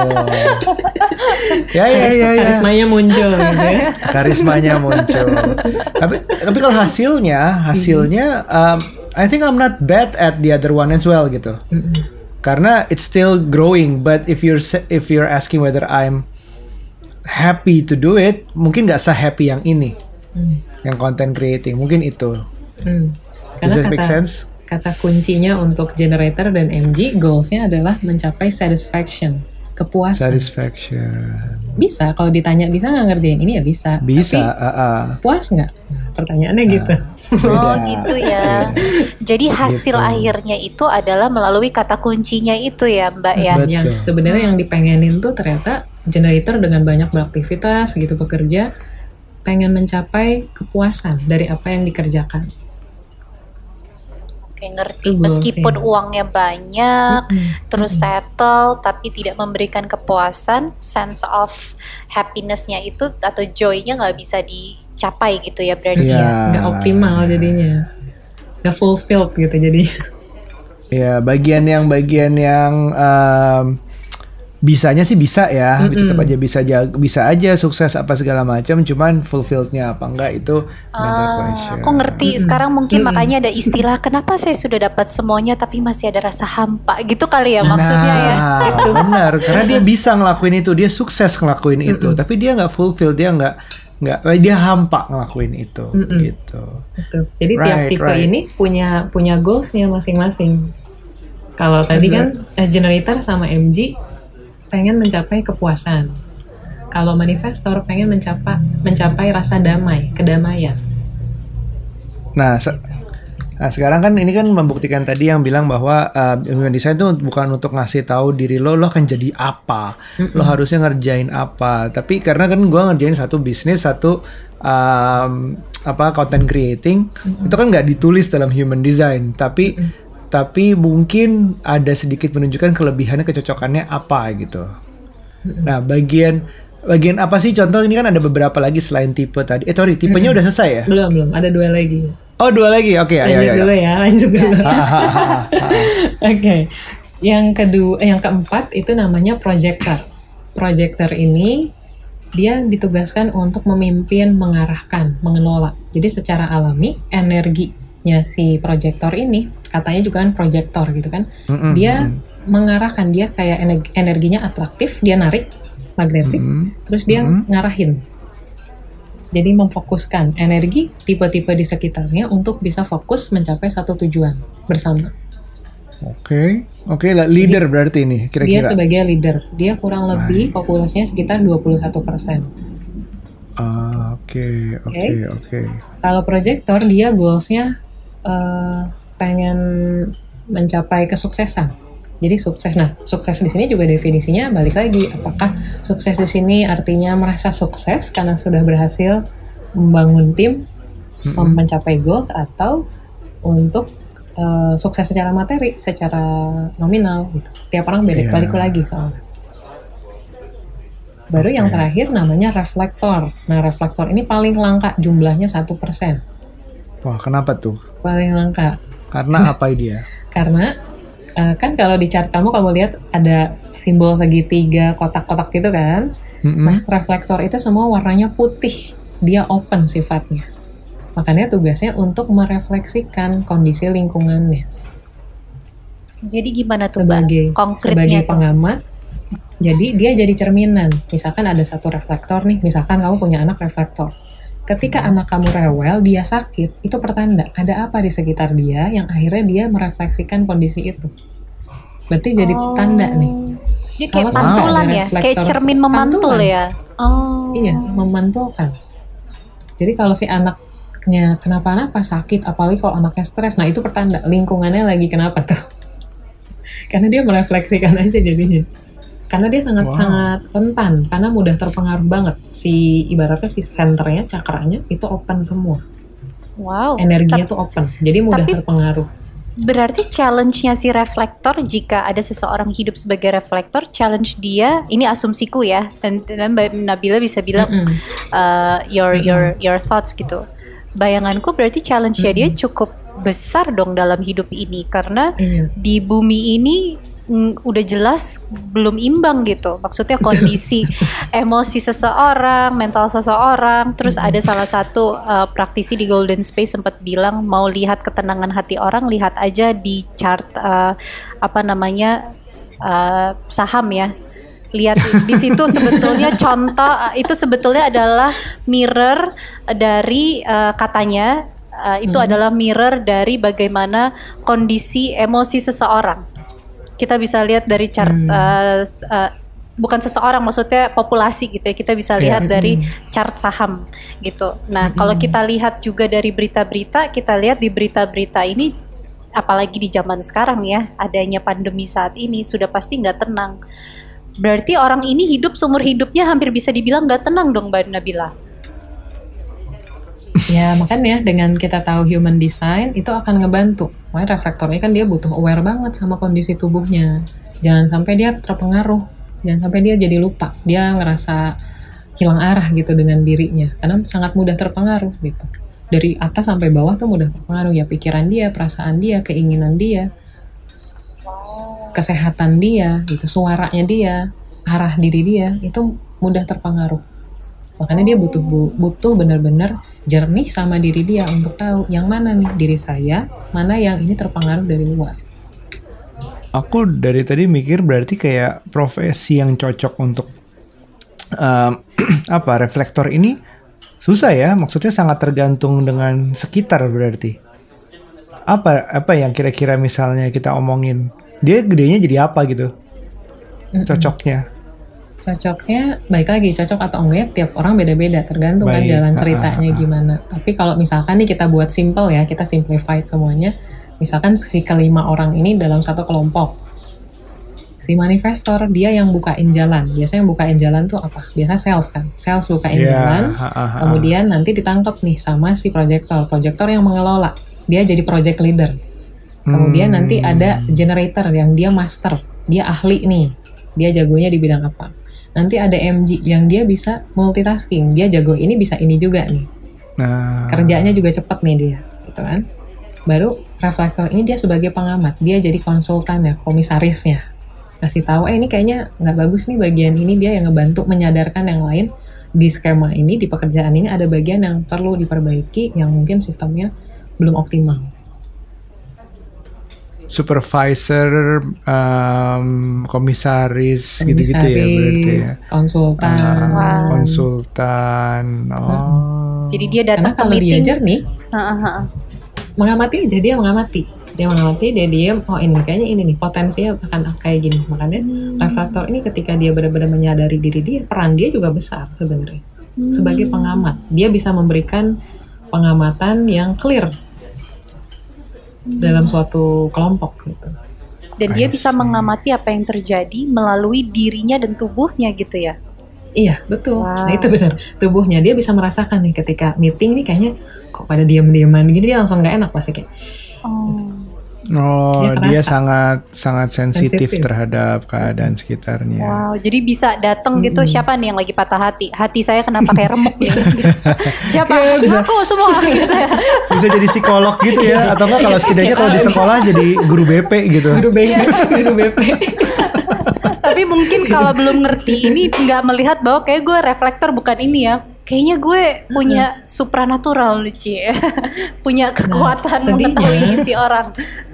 Ya ya ya, ya. Karismanya muncul gitu ya. Karismanya muncul. Tapi tapi kalau hasilnya hasilnya um, I think I'm not bad at the other one as well gitu. Mm-hmm. Karena it's still growing, but if you're if you're asking whether I'm happy to do it, mungkin nggak se-happy yang ini, mm. yang content creating, mungkin itu. Mm. Does that make sense? Kata kuncinya untuk generator dan M G, goalsnya adalah mencapai satisfaction, kepuasan. Satisfaction. Bisa, kalau ditanya bisa nggak ngerjain ini ya bisa. Bisa. Tapi uh, uh. puas nggak? Pertanyaannya uh. gitu. Oh gitu ya. Jadi hasil gitu. akhirnya itu adalah melalui kata kuncinya itu ya Mbak ya. Betul. Yang sebenarnya yang dipengenin tuh ternyata generator dengan banyak beraktivitas gitu bekerja, pengen mencapai kepuasan dari apa yang dikerjakan. Oke, ngerti. Meskipun uangnya banyak, mm-hmm. terus settle, tapi tidak memberikan kepuasan, sense of happiness-nya itu atau joy-nya nggak bisa dicapai gitu ya berarti yeah. ya. Nggak optimal jadinya, nggak fulfilled gitu jadi. Ya, bagian yang bagian yang um, bisanya sih bisa ya, mm-hmm. tetap aja bisa jaga, bisa aja sukses apa segala macam, cuman fulfillednya apa enggak itu mental ah, question. Aku ngerti mm-hmm. sekarang mungkin mm-hmm. makanya ada istilah kenapa saya sudah dapat semuanya tapi masih ada rasa hampa gitu kali ya maksudnya nah, ya. Itu benar, karena dia bisa ngelakuin itu, dia sukses ngelakuin itu, mm-hmm. tapi dia nggak fulfilled, dia nggak nggak dia hampa ngelakuin itu, mm-hmm. gitu. Betul. Jadi right, tiap tipe right. ini punya punya goalsnya masing-masing. Kalau tadi kan eh, generator sama M G pengen mencapai kepuasan. Kalau manifestor pengen mencapai mencapai rasa damai, kedamaian. Nah, se- nah sekarang kan ini kan membuktikan tadi yang bilang bahwa uh, human design itu bukan untuk ngasih tahu diri lo lo akan jadi apa, mm-hmm. lo harusnya ngerjain apa. Tapi karena kan gue ngerjain satu bisnis, satu um, apa content creating, mm-hmm. itu kan nggak ditulis dalam human design, tapi mm-hmm. tapi mungkin ada sedikit menunjukkan kelebihannya, kecocokannya apa gitu. Nah, bagian bagian apa sih? Contoh ini kan ada beberapa lagi selain tipe tadi. Eh, sorry, tipenya mm-hmm. udah selesai ya? Belum, belum. Ada dua lagi. Oh, dua lagi. Oke, okay, ayo, ayo, ayo. Lanjut dulu ya, lanjut dulu. Oke. Okay. Yang kedua, yang keempat itu namanya projector. Projector ini dia ditugaskan untuk memimpin, mengarahkan, mengelola. Jadi secara alami energinya si projector ini katanya juga kan projector gitu kan. Mm-hmm. Dia mengarahkan, dia kayak energinya atraktif, dia narik magnetik, mm-hmm. terus dia mm-hmm. ngarahin. Jadi memfokuskan energi tipe-tipe di sekitarnya untuk bisa fokus mencapai satu tujuan bersama. Oke, okay. oke, okay, leader jadi, berarti ini kira-kira. Dia sebagai leader, dia kurang lebih populasinya sekitar dua puluh satu persen. Oke, oke, oke. Kalau projector dia goalsnya uh, pengen mencapai kesuksesan. Jadi sukses. Nah, sukses di sini juga definisinya balik lagi. Apakah sukses di sini artinya merasa sukses karena sudah berhasil membangun tim, mm-hmm. mencapai goals, atau untuk uh, sukses secara materi, secara nominal gitu. Tiap orang beda, yeah. balik lagi soalnya. Baru okay. yang terakhir namanya reflektor. Nah, reflektor ini paling langka, jumlahnya satu persen. Wah, kenapa tuh? Paling langka. Karena apa dia? Karena uh, kan kalau di chart kamu, kamu lihat ada simbol segitiga, kotak-kotak gitu kan. Mm-hmm. Nah, reflektor itu semua warnanya putih. Dia open sifatnya. Makanya tugasnya untuk merefleksikan kondisi lingkungannya. Jadi gimana tuh, sebagai, Mbak? Konkretnya sebagai tuh. pengamat, jadi dia jadi cerminan. Misalkan ada satu reflektor nih, misalkan kamu punya anak reflektor. Ketika anak kamu rewel, dia sakit, itu pertanda ada apa di sekitar dia yang akhirnya dia merefleksikan kondisi itu. Berarti jadi oh. tanda nih. Dia kayak pantulan ya, kayak cermin memantul pantulan. Ya. Oh. Iya, memantulkan. Jadi kalau si anaknya kenapa-napa sakit, apalagi kalau anaknya stres, nah itu pertanda lingkungannya lagi kenapa tuh. Karena dia merefleksikan aja jadinya. Karena dia sangat-sangat wow. rentan, karena mudah terpengaruh banget. Si ibaratnya si senternya, cakranya itu open semua. Wow. Energinya Tapi, tuh open, jadi mudah tapi, terpengaruh. Berarti challenge-nya si reflektor, jika ada seseorang hidup sebagai reflektor, challenge dia, ini asumsiku ya, dan, dan Mbak Nabila bisa bilang mm-hmm. uh, your mm-hmm. your your thoughts gitu. Bayanganku berarti challenge-nya mm-hmm. dia cukup besar dong dalam hidup ini, karena mm-hmm. di bumi ini mm, udah jelas belum imbang gitu. Maksudnya kondisi emosi seseorang, mental seseorang. Terus mm-hmm. ada salah satu uh, praktisi di Golden Space sempat bilang, mau lihat ketenangan hati orang, lihat aja di chart uh, apa namanya uh, saham ya. Lihat di situ sebetulnya contoh itu sebetulnya adalah mirror dari uh, katanya uh, itu hmm. adalah mirror dari bagaimana kondisi emosi seseorang. Kita bisa lihat dari chart hmm. uh, uh, bukan seseorang, maksudnya populasi gitu ya. Kita bisa lihat yeah. dari chart saham gitu. Nah, hmm. kalau kita lihat juga dari berita-berita, kita lihat di berita-berita ini, apalagi di zaman sekarang ya, adanya pandemi saat ini, sudah pasti nggak tenang. Berarti orang ini hidup seumur hidupnya hampir bisa dibilang gak tenang dong, Mbak Nabila. Ya makanya dengan kita tahu human design itu akan ngebantu. Makanya reflektornya kan dia butuh aware banget sama kondisi tubuhnya. Jangan sampai dia terpengaruh, jangan sampai dia jadi lupa, dia ngerasa hilang arah gitu dengan dirinya. Karena sangat mudah terpengaruh gitu. Dari atas sampai bawah tuh mudah terpengaruh ya, pikiran dia, perasaan dia, keinginan dia, kesehatan dia, gitu, suaranya dia, arah diri dia itu mudah terpengaruh. Makanya dia butuh butuh benar-benar jernih sama diri dia untuk tahu yang mana nih diri saya, mana yang ini terpengaruh dari luar. Aku dari tadi mikir berarti kayak profesi yang cocok untuk um, apa reflektor ini susah ya, maksudnya sangat tergantung dengan sekitar berarti. Apa apa yang kira-kira misalnya kita omongin? Dia gedenya jadi apa gitu? Cocoknya? Cocoknya, baik lagi, cocok atau enggak tiap orang beda-beda, tergantung baik. Kan jalan ceritanya ah, ah, gimana. Tapi kalau misalkan nih kita buat simple ya, kita simplified semuanya. Misalkan si kelima orang ini dalam satu kelompok. Si manifestor, dia yang bukain jalan. Biasanya yang bukain jalan tuh apa? Biasanya sales kan. Sales bukain yeah, jalan, ah, ah, ah. Kemudian nanti ditangkap nih sama si projector. Projector yang mengelola. Dia jadi project leader. Kemudian hmm. nanti ada generator yang dia master, dia ahli nih, dia jagonya di bidang apa. Nanti ada M G yang dia bisa multitasking, dia jago ini bisa ini juga nih. Nah. Kerjanya juga cepat nih dia, gitu kan. Baru reflektor ini dia sebagai pengamat, dia jadi konsultan ya, komisarisnya. Kasih tahu, eh ini kayaknya nggak bagus nih bagian ini, dia yang ngebantu menyadarkan yang lain di skema ini, di pekerjaan ini ada bagian yang perlu diperbaiki, yang mungkin sistemnya belum optimal. Supervisor, um, komisaris, komisaris, gitu-gitu ya berarti ya. Konsultan. Uh, wow. Konsultan. Oh. Hmm. Jadi dia datang ke meeting. Kalau dia jernih, uh-huh. mengamati aja, dia mengamati. Dia mengamati, dia diem, oh ini kayaknya ini nih, potensinya akan kayak gini. Makanya hmm. reflektor ini ketika dia benar-benar menyadari diri dia, peran dia juga besar sebenarnya. Hmm. Sebagai pengamat, dia bisa memberikan pengamatan yang clear dalam suatu kelompok gitu. dan dia bisa mengamati apa yang terjadi melalui dirinya dan tubuhnya gitu ya. Iya betul. Wow. Nah itu benar. Tubuhnya dia bisa merasakan nih ketika meeting nih kayaknya kok pada diam-diaman gini, dia langsung nggak enak pasti kayak. Oh. Oh, Dia dia, kerasa. sangat sangat sensitif Sensitif. terhadap keadaan sekitarnya. Wow, jadi bisa datang gitu, siapa nih yang lagi patah hati? Hati saya kenapa kayak remuk gitu? Siapa? Iya, bisa. Aku semua gitu ya. Bisa jadi psikolog gitu ya, atau enggak kalau setidaknya kalau di sekolah jadi guru B P gitu. Guru B P, guru B P. Tapi mungkin kalau belum ngerti ini nggak melihat bahwa kayak gue reflektor bukan ini ya. Kayaknya gue punya supranatural nih Ci. Punya kekuatan sedihnya. mengetahui isi orang.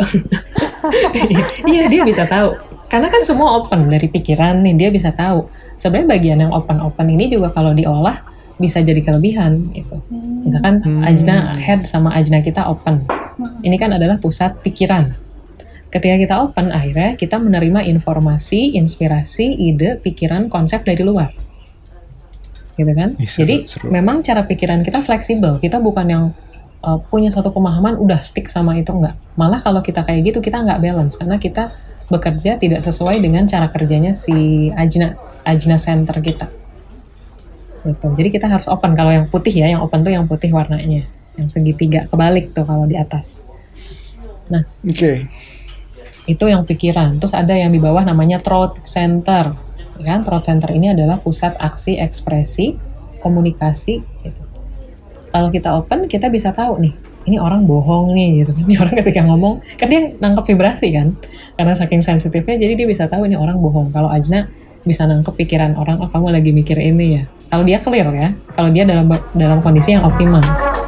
Iya dia bisa tahu. Karena kan semua open dari pikiran nih, dia bisa tahu. Sebenarnya bagian yang open-open ini juga kalau diolah bisa jadi kelebihan gitu. Misalkan ajna head sama ajna kita open. Ini kan adalah pusat pikiran. Ketika kita open, akhirnya kita menerima informasi, inspirasi, ide, pikiran, konsep dari luar. Gitu kan? Ih, seru, Jadi seru. memang cara pikiran kita fleksibel. Kita bukan yang uh, punya satu pemahaman udah stick sama itu, enggak. Malah kalau kita kayak gitu kita nggak balance karena kita bekerja tidak sesuai dengan cara kerjanya si ajna ajna center kita. Gitu. Jadi kita harus open. Kalau yang putih ya, yang open tuh yang putih warnanya, yang segitiga kebalik tuh kalau di atas. Nah, Oke. Okay. itu yang pikiran. Terus ada yang di bawah namanya throat center. Kan throat center ini adalah pusat aksi, ekspresi, komunikasi gitu. Kalau kita open, kita bisa tahu nih, ini orang bohong nih gitu. Ini orang ketika ngomong, kan dia nangkep vibrasi kan. Karena saking sensitifnya, jadi dia bisa tahu ini orang bohong. Kalau ajna bisa nangkep pikiran orang, oh kamu lagi mikir ini ya. Kalau dia clear ya, kalau dia dalam dalam kondisi yang optimal.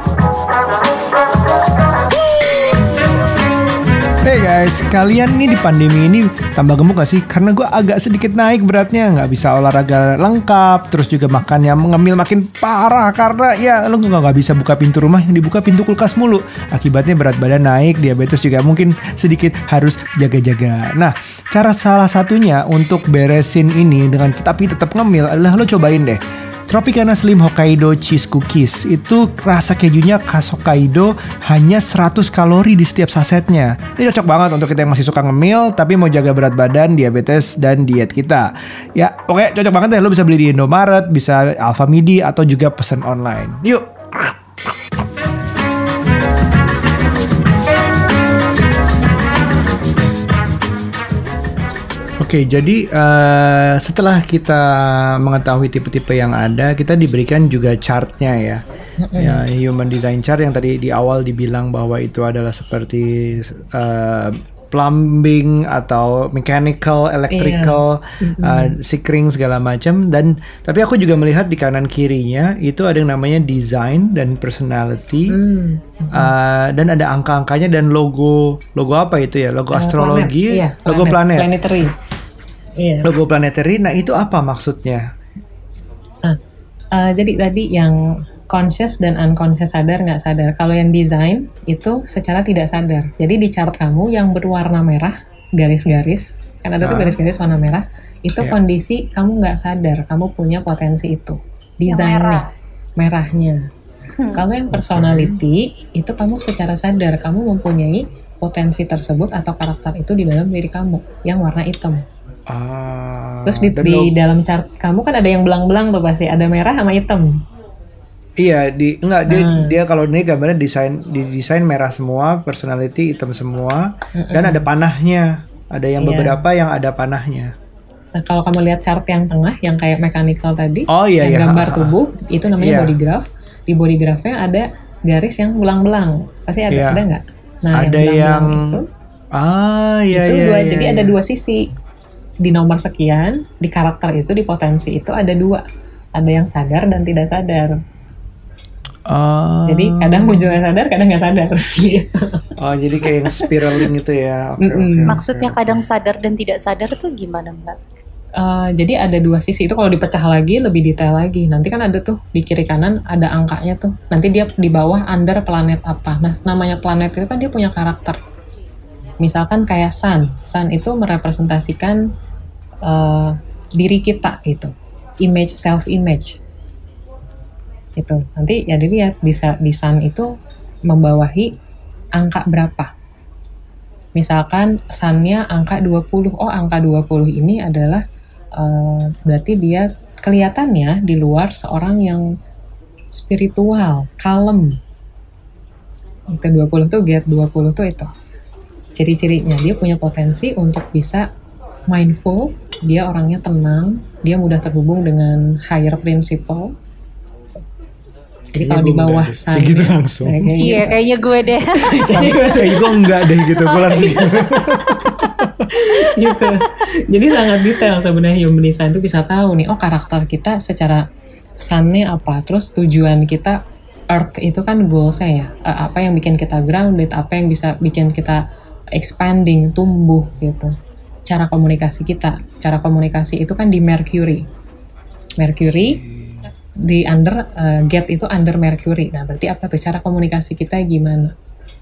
Hey guys, kalian nih di pandemi ini tambah gemuk gak sih? Karena gue agak sedikit naik beratnya, nggak bisa olahraga lengkap, terus juga makannya mengemil makin parah karena ya lo nggak nggak bisa buka pintu rumah, yang dibuka pintu kulkas mulu. Akibatnya berat badan naik, diabetes juga mungkin sedikit harus jaga-jaga. Nah, cara salah satunya untuk beresin ini dengan tapi tetap ngemil adalah lo cobain deh Tropicana Slim Hokkaido Cheese Cookies. Itu rasa kejunya khas Hokkaido, hanya seratus kalori di setiap sasetnya. Ini cocok banget untuk kita yang masih suka ngemil tapi mau jaga berat badan, diabetes, dan diet kita. Ya oke, cocok banget deh. Lo bisa beli di Indomaret, bisa Alfamidi, atau juga pesan online. Yuk. Oke, jadi uh, setelah kita mengetahui tipe-tipe yang ada, kita diberikan juga chartnya ya. Ya, human design chart yang tadi di awal dibilang bahwa itu adalah seperti uh, plumbing atau mechanical, electrical, uh, sikring segala macam. Dan tapi aku juga melihat di kanan kirinya itu ada yang namanya design dan personality. Hmm. Uh, dan ada angka-angkanya dan logo logo apa itu ya? Logo Uh, astrologi, planet. Iya, logo planet, planet. planetary. Iya. Logo planetary. Nah, itu apa maksudnya? Nah, uh, jadi tadi yang conscious dan unconscious, sadar nggak sadar. Kalau yang design itu secara tidak sadar. Jadi di chart kamu yang berwarna merah, garis-garis, kan ada tuh Ah. garis-garis warna merah, itu Iya. kondisi kamu nggak sadar, kamu punya potensi itu. Desainnya, merahnya. Kalau yang personality, itu kamu secara sadar, kamu mempunyai potensi tersebut atau karakter itu di dalam diri kamu, yang warna hitam. Ah, Terus di, dan di lo- dalam chart kamu kan ada yang belang-belang tuh pasti, ada merah sama hitam. Iya, di enggak dia Hmm. dia kalau ini gambarnya desain di desain merah semua, personality hitam semua, dan ada panahnya. Ada yang Iya. beberapa yang ada panahnya. Nah, kalau kamu lihat chart yang tengah, yang kayak mechanical tadi, Oh, iya, yang iya. gambar tubuh, itu namanya Iya. body graph. Di body graphnya ada garis yang belang-belang. Pasti ada, Iya. ada nggak? Nah, Ada yang yang belang-belang itu, Ah, iya itu iya. dua. iya, Jadi iya. ada dua sisi. Di nomor sekian, di karakter itu, di potensi itu ada dua. Ada yang sadar dan tidak sadar. Ah. Jadi kadang munculnya sadar, kadang nggak sadar. Gitu. Oh, jadi kayak yang spiraling itu ya. Oke, Mm-mm. oke, Maksudnya oke. kadang sadar dan tidak sadar tuh gimana Mbak? Uh, jadi ada dua sisi itu, kalau dipecah lagi lebih detail lagi. Nanti kan ada tuh di kiri kanan ada angkanya tuh. Nanti dia di bawah under planet apa. Nah, namanya planet itu kan dia punya karakter. Misalkan kayak sun. Sun itu merepresentasikan uh, diri kita gitu. Image, self image. Itu. Nanti ya dilihat di, sa- di sun itu membawahi angka berapa. Misalkan sunnya angka dua puluh, oh angka dua puluh ini adalah uh, berarti dia kelihatannya di luar seorang yang spiritual, kalem. Itu dua puluh tuh, get dua puluh tuh itu. Ciri-cirinya dia punya potensi untuk bisa mindful, dia orangnya tenang, dia mudah terhubung dengan higher principle. Jadi kalau di bawah sana gitu langsung. Kayak Iya, gitu. kayaknya gue deh. Kayak gue enggak deh gitu, gue langsung Gitu. Jadi sangat detail sebenarnya human design itu bisa tahu nih, oh karakter kita secara sun-nya apa, terus tujuan kita earth itu kan goals-nya ya, apa yang bikin kita grounded, apa yang bisa bikin kita expanding, tumbuh gitu. Cara komunikasi kita, cara komunikasi itu kan di Mercury. Mercury di under uh, get itu under Mercury. Nah, berarti apa tuh cara komunikasi kita gimana?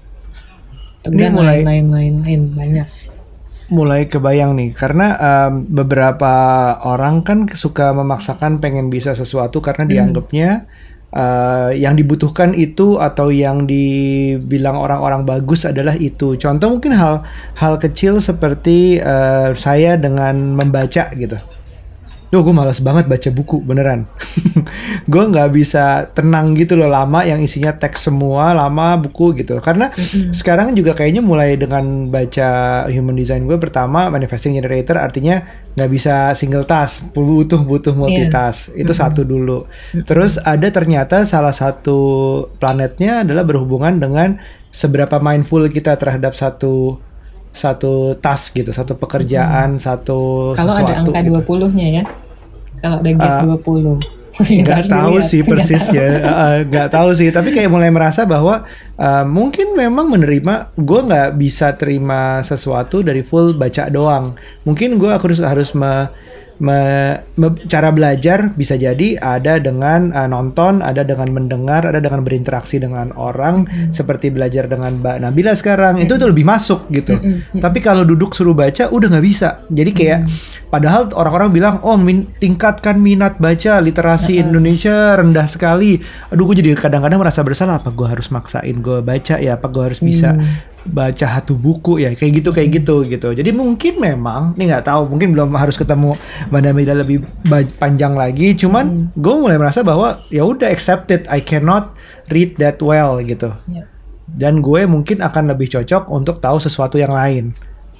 Dan mulai- lain-lain banyak. mulai kebayang nih, karena um, beberapa orang kan suka memaksakan pengen bisa sesuatu karena dianggapnya uh, yang dibutuhkan itu atau yang dibilang orang-orang bagus adalah itu. Contoh mungkin hal hal kecil seperti uh, saya dengan membaca gitu. Duh, gue malas banget baca buku, beneran. Gue nggak bisa tenang gitu loh, lama yang isinya teks semua, lama buku gitu. Karena mm-hmm. sekarang juga kayaknya mulai dengan baca human design gue, pertama manifesting generator artinya nggak bisa single task, butuh butuh multitask. Yeah. Itu mm-hmm. satu dulu. Mm-hmm. Terus ada ternyata salah satu planetnya adalah berhubungan dengan seberapa mindful kita terhadap satu satu task gitu, satu pekerjaan, hmm. satu kalau sesuatu. Kalau ada angka gitu. dua puluh-nya ya. Kalau ada gap uh, dua puluh. Nggak tahu sih persis ya. Uh, nggak tahu sih, tapi kayak mulai merasa bahwa uh, mungkin memang menerima, gue nggak bisa terima sesuatu dari full baca doang. Mungkin gue harus harus me, me, me, cara belajar bisa jadi ada dengan uh, nonton, ada dengan mendengar, ada dengan berinteraksi dengan orang, mm-hmm. seperti belajar dengan Mbak Nabila sekarang, mm-hmm. itu tuh lebih masuk gitu. Mm-hmm. Tapi kalau duduk suruh baca udah nggak bisa. Jadi kayak mm-hmm. padahal orang-orang bilang, oh min, tingkatkan minat baca, literasi mm-hmm. Indonesia rendah sekali. Aduh, gue jadi kadang-kadang merasa bersalah, apa gue harus maksain gue baca ya, apa gue harus bisa mm. baca satu buku ya, kayak gitu kayak gitu gitu. Jadi mungkin memang, nih nggak tahu, mungkin belum harus ketemu Mbak Nabila lebih ba- panjang lagi. Cuman hmm. gue mulai merasa bahwa ya udah accepted, I cannot read that well gitu. Yeah. Dan gue mungkin akan lebih cocok untuk tahu sesuatu yang lain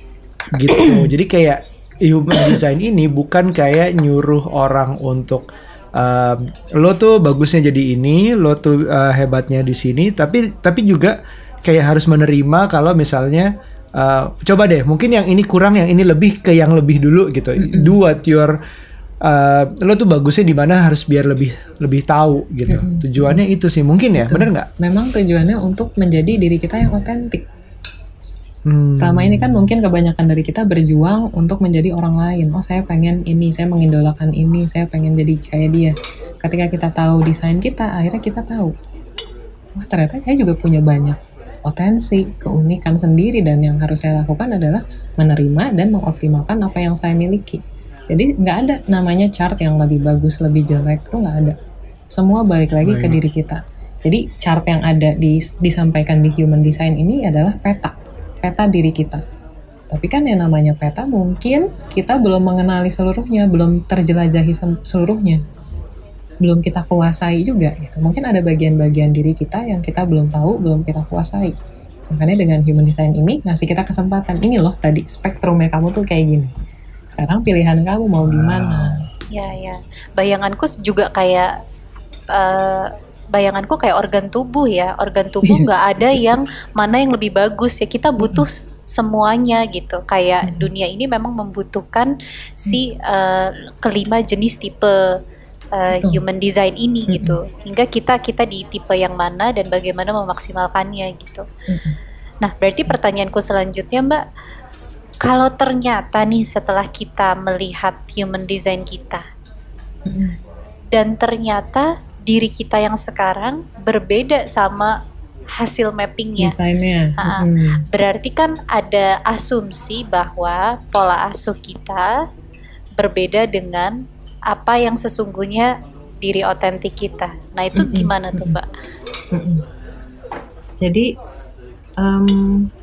gitu. Jadi kayak human design ini bukan kayak nyuruh orang untuk uh, lo tuh bagusnya jadi ini, lo tuh uh, hebatnya di sini, tapi tapi juga kayak harus menerima kalau misalnya uh, coba deh, mungkin yang ini kurang, yang ini lebih, ke yang lebih dulu gitu. Mm-hmm. Do what your uh, lo tuh bagusnya di mana, harus biar lebih lebih tahu gitu. Mm-hmm. Tujuannya itu sih mungkin ya, benar nggak? Memang tujuannya untuk menjadi diri kita yang otentik. Hmm. Selama ini kan mungkin kebanyakan dari kita berjuang untuk menjadi orang lain. Oh, saya pengen ini, saya mengidolakan ini, saya pengen jadi kayak dia. Ketika kita tahu desain kita, akhirnya kita tahu, wah ternyata saya juga punya banyak potensi, keunikan sendiri, dan yang harus saya lakukan adalah menerima dan mengoptimalkan apa yang saya miliki. Jadi nggak ada namanya chart yang lebih bagus, lebih jelek, itu nggak ada. Semua balik lagi Baik. ke diri kita. Jadi chart yang ada di, disampaikan di human design ini adalah peta, peta diri kita. Tapi kan yang namanya peta mungkin kita belum mengenali seluruhnya, belum terjelajahi seluruhnya, belum kita kuasai juga gitu. Mungkin ada bagian-bagian diri kita yang kita belum tahu, belum kita kuasai. Makanya dengan human design ini ngasih kita kesempatan, ini loh tadi spektrumnya kamu tuh kayak gini. Sekarang pilihan kamu mau gimana? Ya ya, bayanganku juga kayak uh, bayanganku kayak organ tubuh ya. Organ tubuh nggak ada yang mana yang lebih bagus ya. Kita butuh semuanya gitu. Kayak dunia ini memang membutuhkan si uh, kelima jenis tipe Uh, human design ini mm-hmm. gitu, hingga kita kita di tipe yang mana dan bagaimana memaksimalkannya gitu. Mm-hmm. Nah, berarti pertanyaanku selanjutnya, Mbak, kalau ternyata nih setelah kita melihat human design kita, mm-hmm. dan ternyata diri kita yang sekarang berbeda sama hasil mappingnya, desainnya, uh, mm-hmm. berarti kan ada asumsi bahwa pola asuh kita berbeda dengan apa yang sesungguhnya diri otentik kita. Nah itu mm-hmm. gimana tuh Mbak? Mm-hmm. Jadi um,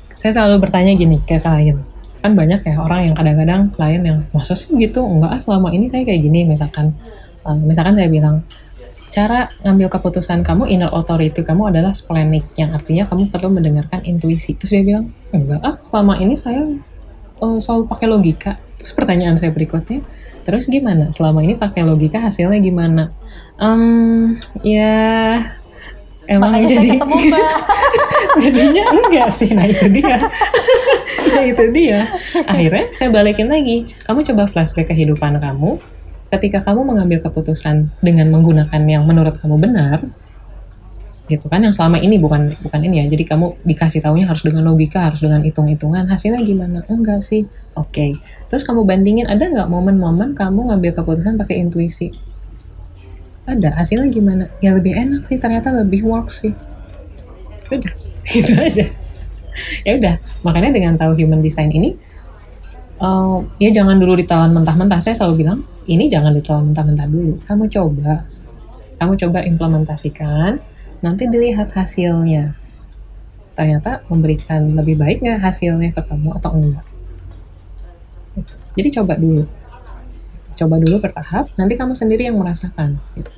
saya selalu bertanya gini ke klien. Kan banyak ya orang yang kadang-kadang klien yang masa sih gitu, enggak ah selama ini saya kayak gini misalkan. Uh, misalkan saya bilang, cara ngambil keputusan kamu, inner authority kamu adalah splenic, yang artinya kamu perlu mendengarkan intuisi. Terus dia bilang, enggak ah selama ini saya uh, selalu pakai logika. Terus pertanyaan saya berikutnya, terus gimana? Selama ini pakai logika hasilnya gimana? Um, ya emang Makanya jadi saya ketemu Mbak. jadinya enggak sih. Nah itu dia. Nah itu dia. Akhirnya saya balikin lagi. Kamu coba flashback kehidupan kamu. Ketika kamu mengambil keputusan dengan menggunakan yang menurut kamu benar, gitu kan, yang selama ini bukan bukan ini ya. Jadi kamu dikasih taunya harus dengan logika, harus dengan hitung-hitungan. Hasilnya gimana? Enggak sih. Oke. Okay. Terus kamu bandingin, ada nggak momen-momen kamu ngambil keputusan pakai intuisi? Ada. Hasilnya gimana? Ya lebih enak sih. Ternyata lebih work sih. Udah. Gitu aja. Ya udah. Makanya dengan tahu human design ini, uh, ya jangan dulu ditelan mentah-mentah. Saya selalu bilang, ini jangan ditelan mentah-mentah dulu. Kamu coba. Kamu coba implementasikan. Nanti dilihat hasilnya. Ternyata memberikan lebih baik nggak hasilnya ke kamu atau enggak. Jadi coba dulu. Coba dulu bertahap. Nanti kamu sendiri yang merasakan. Gitu.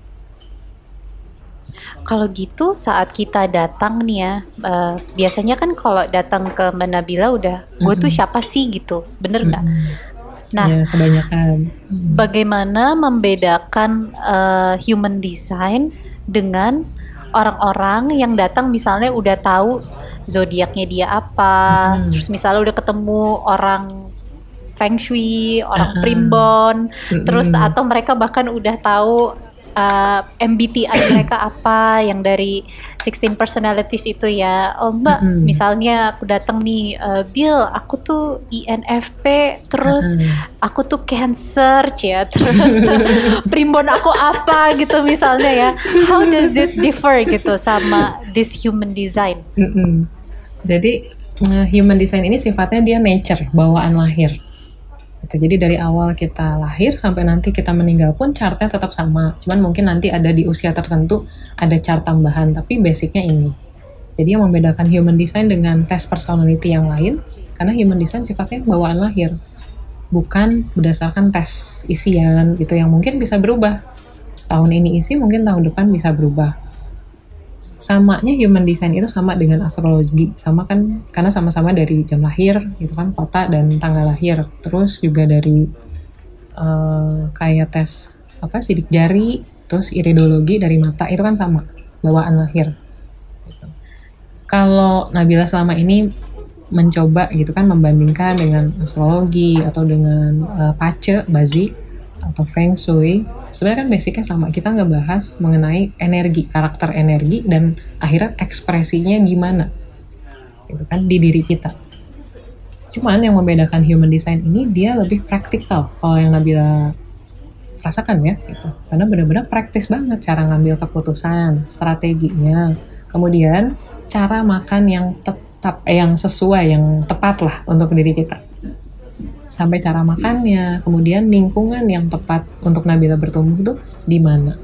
Kalau gitu saat kita datang nih ya, uh, biasanya kan kalau datang ke Mbak Nabila udah, gue tuh siapa sih gitu, bener nggak? Nah, ya, kebanyakan. Bagaimana membedakan uh, human design dengan orang-orang yang datang misalnya udah tahu zodiaknya dia apa, hmm. terus misalnya udah ketemu orang Feng Shui, orang uh-huh. primbon, uh-huh. terus atau mereka bahkan udah tahu uh, M B T I mereka apa yang dari sixteen personalities itu ya. Oh Mbak, uh-huh. misalnya aku datang nih, uh, Bill, aku tuh I N F P, terus uh-huh. aku tuh Cancer ya, terus primbon aku apa gitu misalnya ya. How does it differ gitu sama this human design? Uh-huh. Jadi uh, human design ini sifatnya dia nature, bawaan lahir. Jadi dari awal kita lahir sampai nanti kita meninggal pun chartnya tetap sama. Cuman mungkin nanti ada di usia tertentu ada chart tambahan, tapi basicnya ini. Jadi yang membedakan human design dengan tes personality yang lain, karena human design sifatnya bawaan lahir, bukan berdasarkan tes isian gitu yang mungkin bisa berubah. Tahun ini isi, mungkin tahun depan bisa berubah. Samanya human design itu sama dengan astrologi, sama kan karena sama-sama dari jam lahir gitu kan, kota dan tanggal lahir. Terus juga dari uh, kayak tes apa sidik jari, terus iridologi dari mata itu kan sama, bawaan lahir. Gitu. Kalau Nabila selama ini mencoba gitu kan membandingkan dengan astrologi atau dengan uh, pace, bazi atau feng shui, sebenarnya kan basicnya sama. Kita ngebahas mengenai energi, karakter energi, dan akhirnya ekspresinya gimana gitu kan di diri kita. Cuman yang membedakan human design ini dia lebih praktikal kalau yang Nabila rasakan ya gitu. Karena benar-benar praktis banget cara ngambil keputusan, strateginya, kemudian cara makan yang tetap eh, yang sesuai, yang tepat lah untuk diri kita. Sampai cara makannya, kemudian lingkungan yang tepat untuk Nabila bertumbuh itu di mana.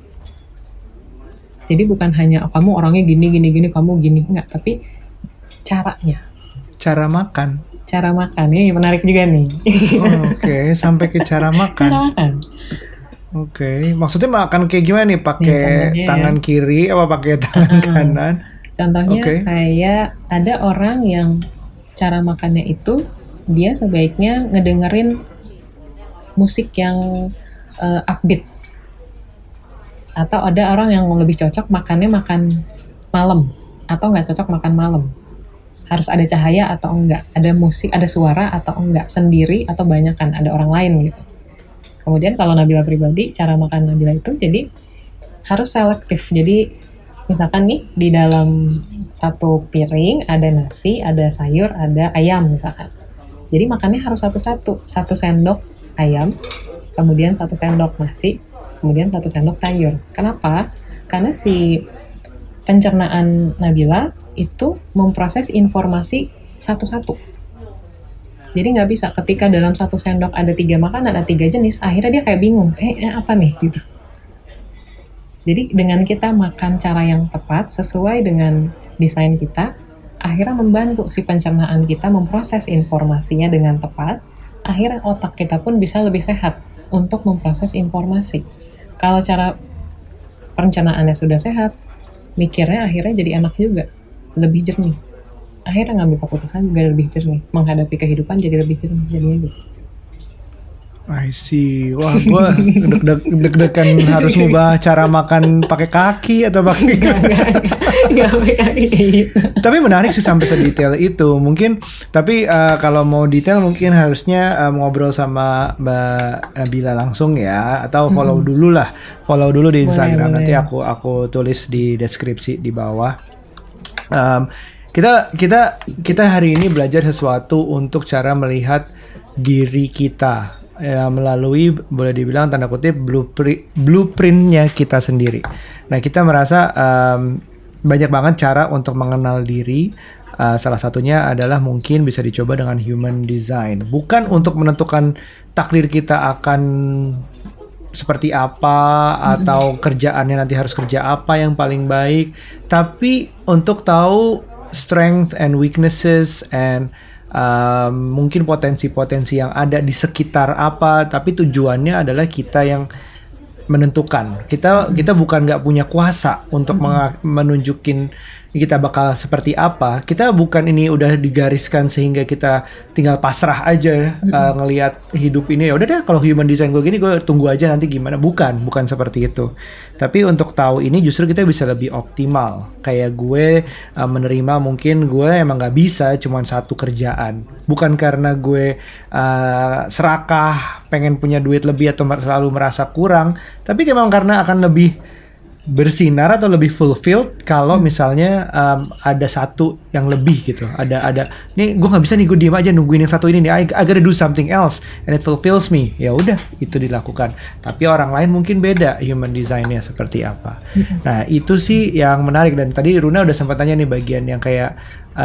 Jadi bukan hanya oh, kamu orangnya gini gini gini, kamu gini, enggak, tapi caranya. Cara makan. Cara makan ini menarik juga nih. Oh, Oke, okay. Sampai ke cara makan. Cara makan. Oke, okay. Maksudnya makan kayak gimana nih? Pakai nih, tangan ya. Kiri apa pakai tangan uh-uh. kanan? Contohnya okay. kayak ada orang yang cara makannya itu dia sebaiknya ngedengerin musik yang uh, upbeat. Atau ada orang yang lebih cocok makannya makan malam, atau nggak cocok makan malam. Harus ada cahaya atau enggak, ada musik, ada suara atau enggak, sendiri atau banyak kan, ada orang lain gitu. Kemudian kalau Nabila pribadi, cara makan Nabila itu jadi harus selektif. Jadi misalkan nih di dalam satu piring ada nasi, ada sayur, ada ayam misalkan. Jadi makannya harus satu-satu, satu sendok ayam, kemudian satu sendok nasi, kemudian satu sendok sayur. Kenapa? Karena si pencernaan Nabila itu memproses informasi satu-satu. Jadi nggak bisa ketika dalam satu sendok ada tiga makanan, ada tiga jenis, akhirnya dia kayak bingung, eh apa nih gitu. Jadi dengan kita makan cara yang tepat sesuai dengan desain kita, akhirnya membantu si pencernaan kita memproses informasinya dengan tepat. Akhirnya otak kita pun bisa lebih sehat untuk memproses informasi. Kalau cara pencernaannya sudah sehat, mikirnya akhirnya jadi enak juga, lebih jernih. Akhirnya ngambil keputusan juga lebih jernih, menghadapi kehidupan jadi lebih jernih jadinya gitu. I see. Wah, gue deg-degan harus ngubah cara makan pakai kaki atau pakai nggak pakai kaki gitu. Tapi menarik sih sampai sedetail itu. Mungkin, tapi uh, kalau mau detail mungkin harusnya uh, ngobrol sama Mbak Nabila langsung ya, atau follow hmm. dulu lah, follow dulu di Instagram. Boleh, nanti boleh. aku aku tulis di deskripsi di bawah. Um, kita kita kita hari ini belajar sesuatu untuk cara melihat diri kita. Ya, melalui boleh dibilang tanda kutip blueprint blueprintnya kita sendiri. Nah, kita merasa um, banyak banget cara untuk mengenal diri. Uh, salah satunya adalah mungkin bisa dicoba dengan human design. Bukan untuk menentukan takdir kita akan seperti apa atau kerjaannya nanti harus kerja apa yang paling baik, tapi untuk tahu strength and weaknesses and Um, mungkin potensi-potensi yang ada di sekitar apa, tapi tujuannya adalah kita yang menentukan. Kita kita bukan nggak punya kuasa untuk mm-hmm. menunjukin kita bakal seperti apa. Kita bukan ini udah digariskan sehingga kita tinggal pasrah aja mm-hmm. uh, ngelihat hidup ini. Ya udah deh, kalau human design gue gini, gue tunggu aja nanti gimana. Bukan, bukan seperti itu. Tapi untuk tahu ini justru kita bisa lebih optimal. Kayak gue uh, menerima mungkin gue emang nggak bisa cuman satu kerjaan. Bukan karena gue uh, serakah, pengen punya duit lebih atau selalu merasa kurang. Tapi memang karena akan lebih bersinar atau lebih fulfilled kalau hmm. misalnya um, ada satu yang lebih gitu. Ada ada nih gue nggak bisa nih, gue diem aja nungguin yang satu ini nih. I, I gotta do something else and it fulfills me. Ya udah, itu dilakukan. Tapi orang lain mungkin beda human design-nya seperti apa. Hmm. Nah, itu sih yang menarik. Dan tadi Runa udah sempat tanya nih bagian yang kayak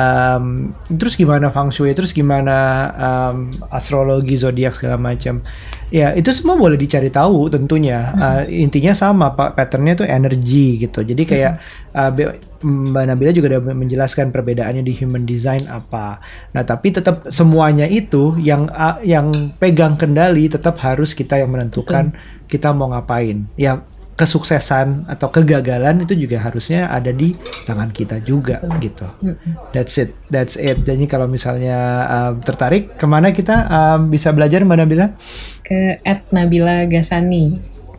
um, terus gimana feng shui, terus gimana um, astrologi, zodiak segala macam. Ya, itu semua boleh dicari tahu tentunya. Hmm. Uh, intinya sama, Pak. Patternnya tuh energi gitu. Jadi kayak hmm. uh, Mbak Nabila juga udah menjelaskan perbedaannya di human design apa. Nah, tapi tetap semuanya itu yang uh, yang pegang kendali tetap harus kita yang menentukan Betul. Kita mau ngapain. Ya, kesuksesan atau kegagalan itu juga harusnya ada di tangan kita juga. Betul. Gitu. That's it, that's it. Jadi kalau misalnya um, tertarik, kemana kita um, bisa belajar Mbak Nabila? Ke at Nabila Gasani.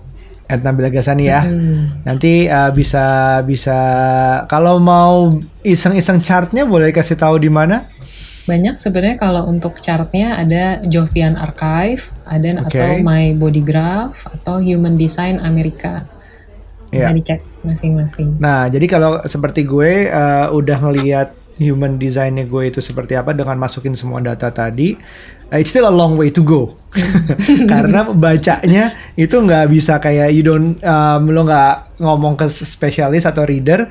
At Nabila Gasani ya. Hmm. Nanti uh, bisa bisa kalau mau iseng-iseng chartnya boleh kasih tahu di mana? Banyak sebenarnya. Kalau untuk chartnya ada Jovian Archive, ada okay. atau My Body Graph atau Human Design Amerika. Bisa yeah. dicek masing-masing. Nah, jadi kalau seperti gue uh, udah ngelihat human design-nya gue itu seperti apa dengan masukin semua data tadi, uh, it's still a long way to go. Karena bacanya itu nggak bisa kayak you don't um, lo nggak ngomong ke spesialis atau reader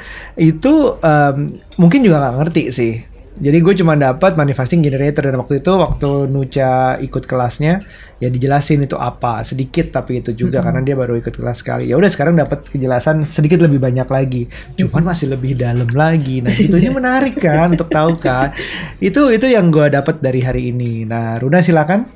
itu um, mungkin juga nggak ngerti sih. Jadi gue cuma dapat manifesting generator, dan waktu itu waktu Nucha ikut kelasnya ya dijelasin itu apa sedikit, tapi itu juga mm-hmm. karena dia baru ikut kelas sekali. Ya udah sekarang dapat kejelasan sedikit lebih banyak lagi, cuman masih lebih dalam lagi. Nah itunya menarik kan untuk tahu kan. Itu itu yang gue dapat dari hari ini. Nah Runa silakan.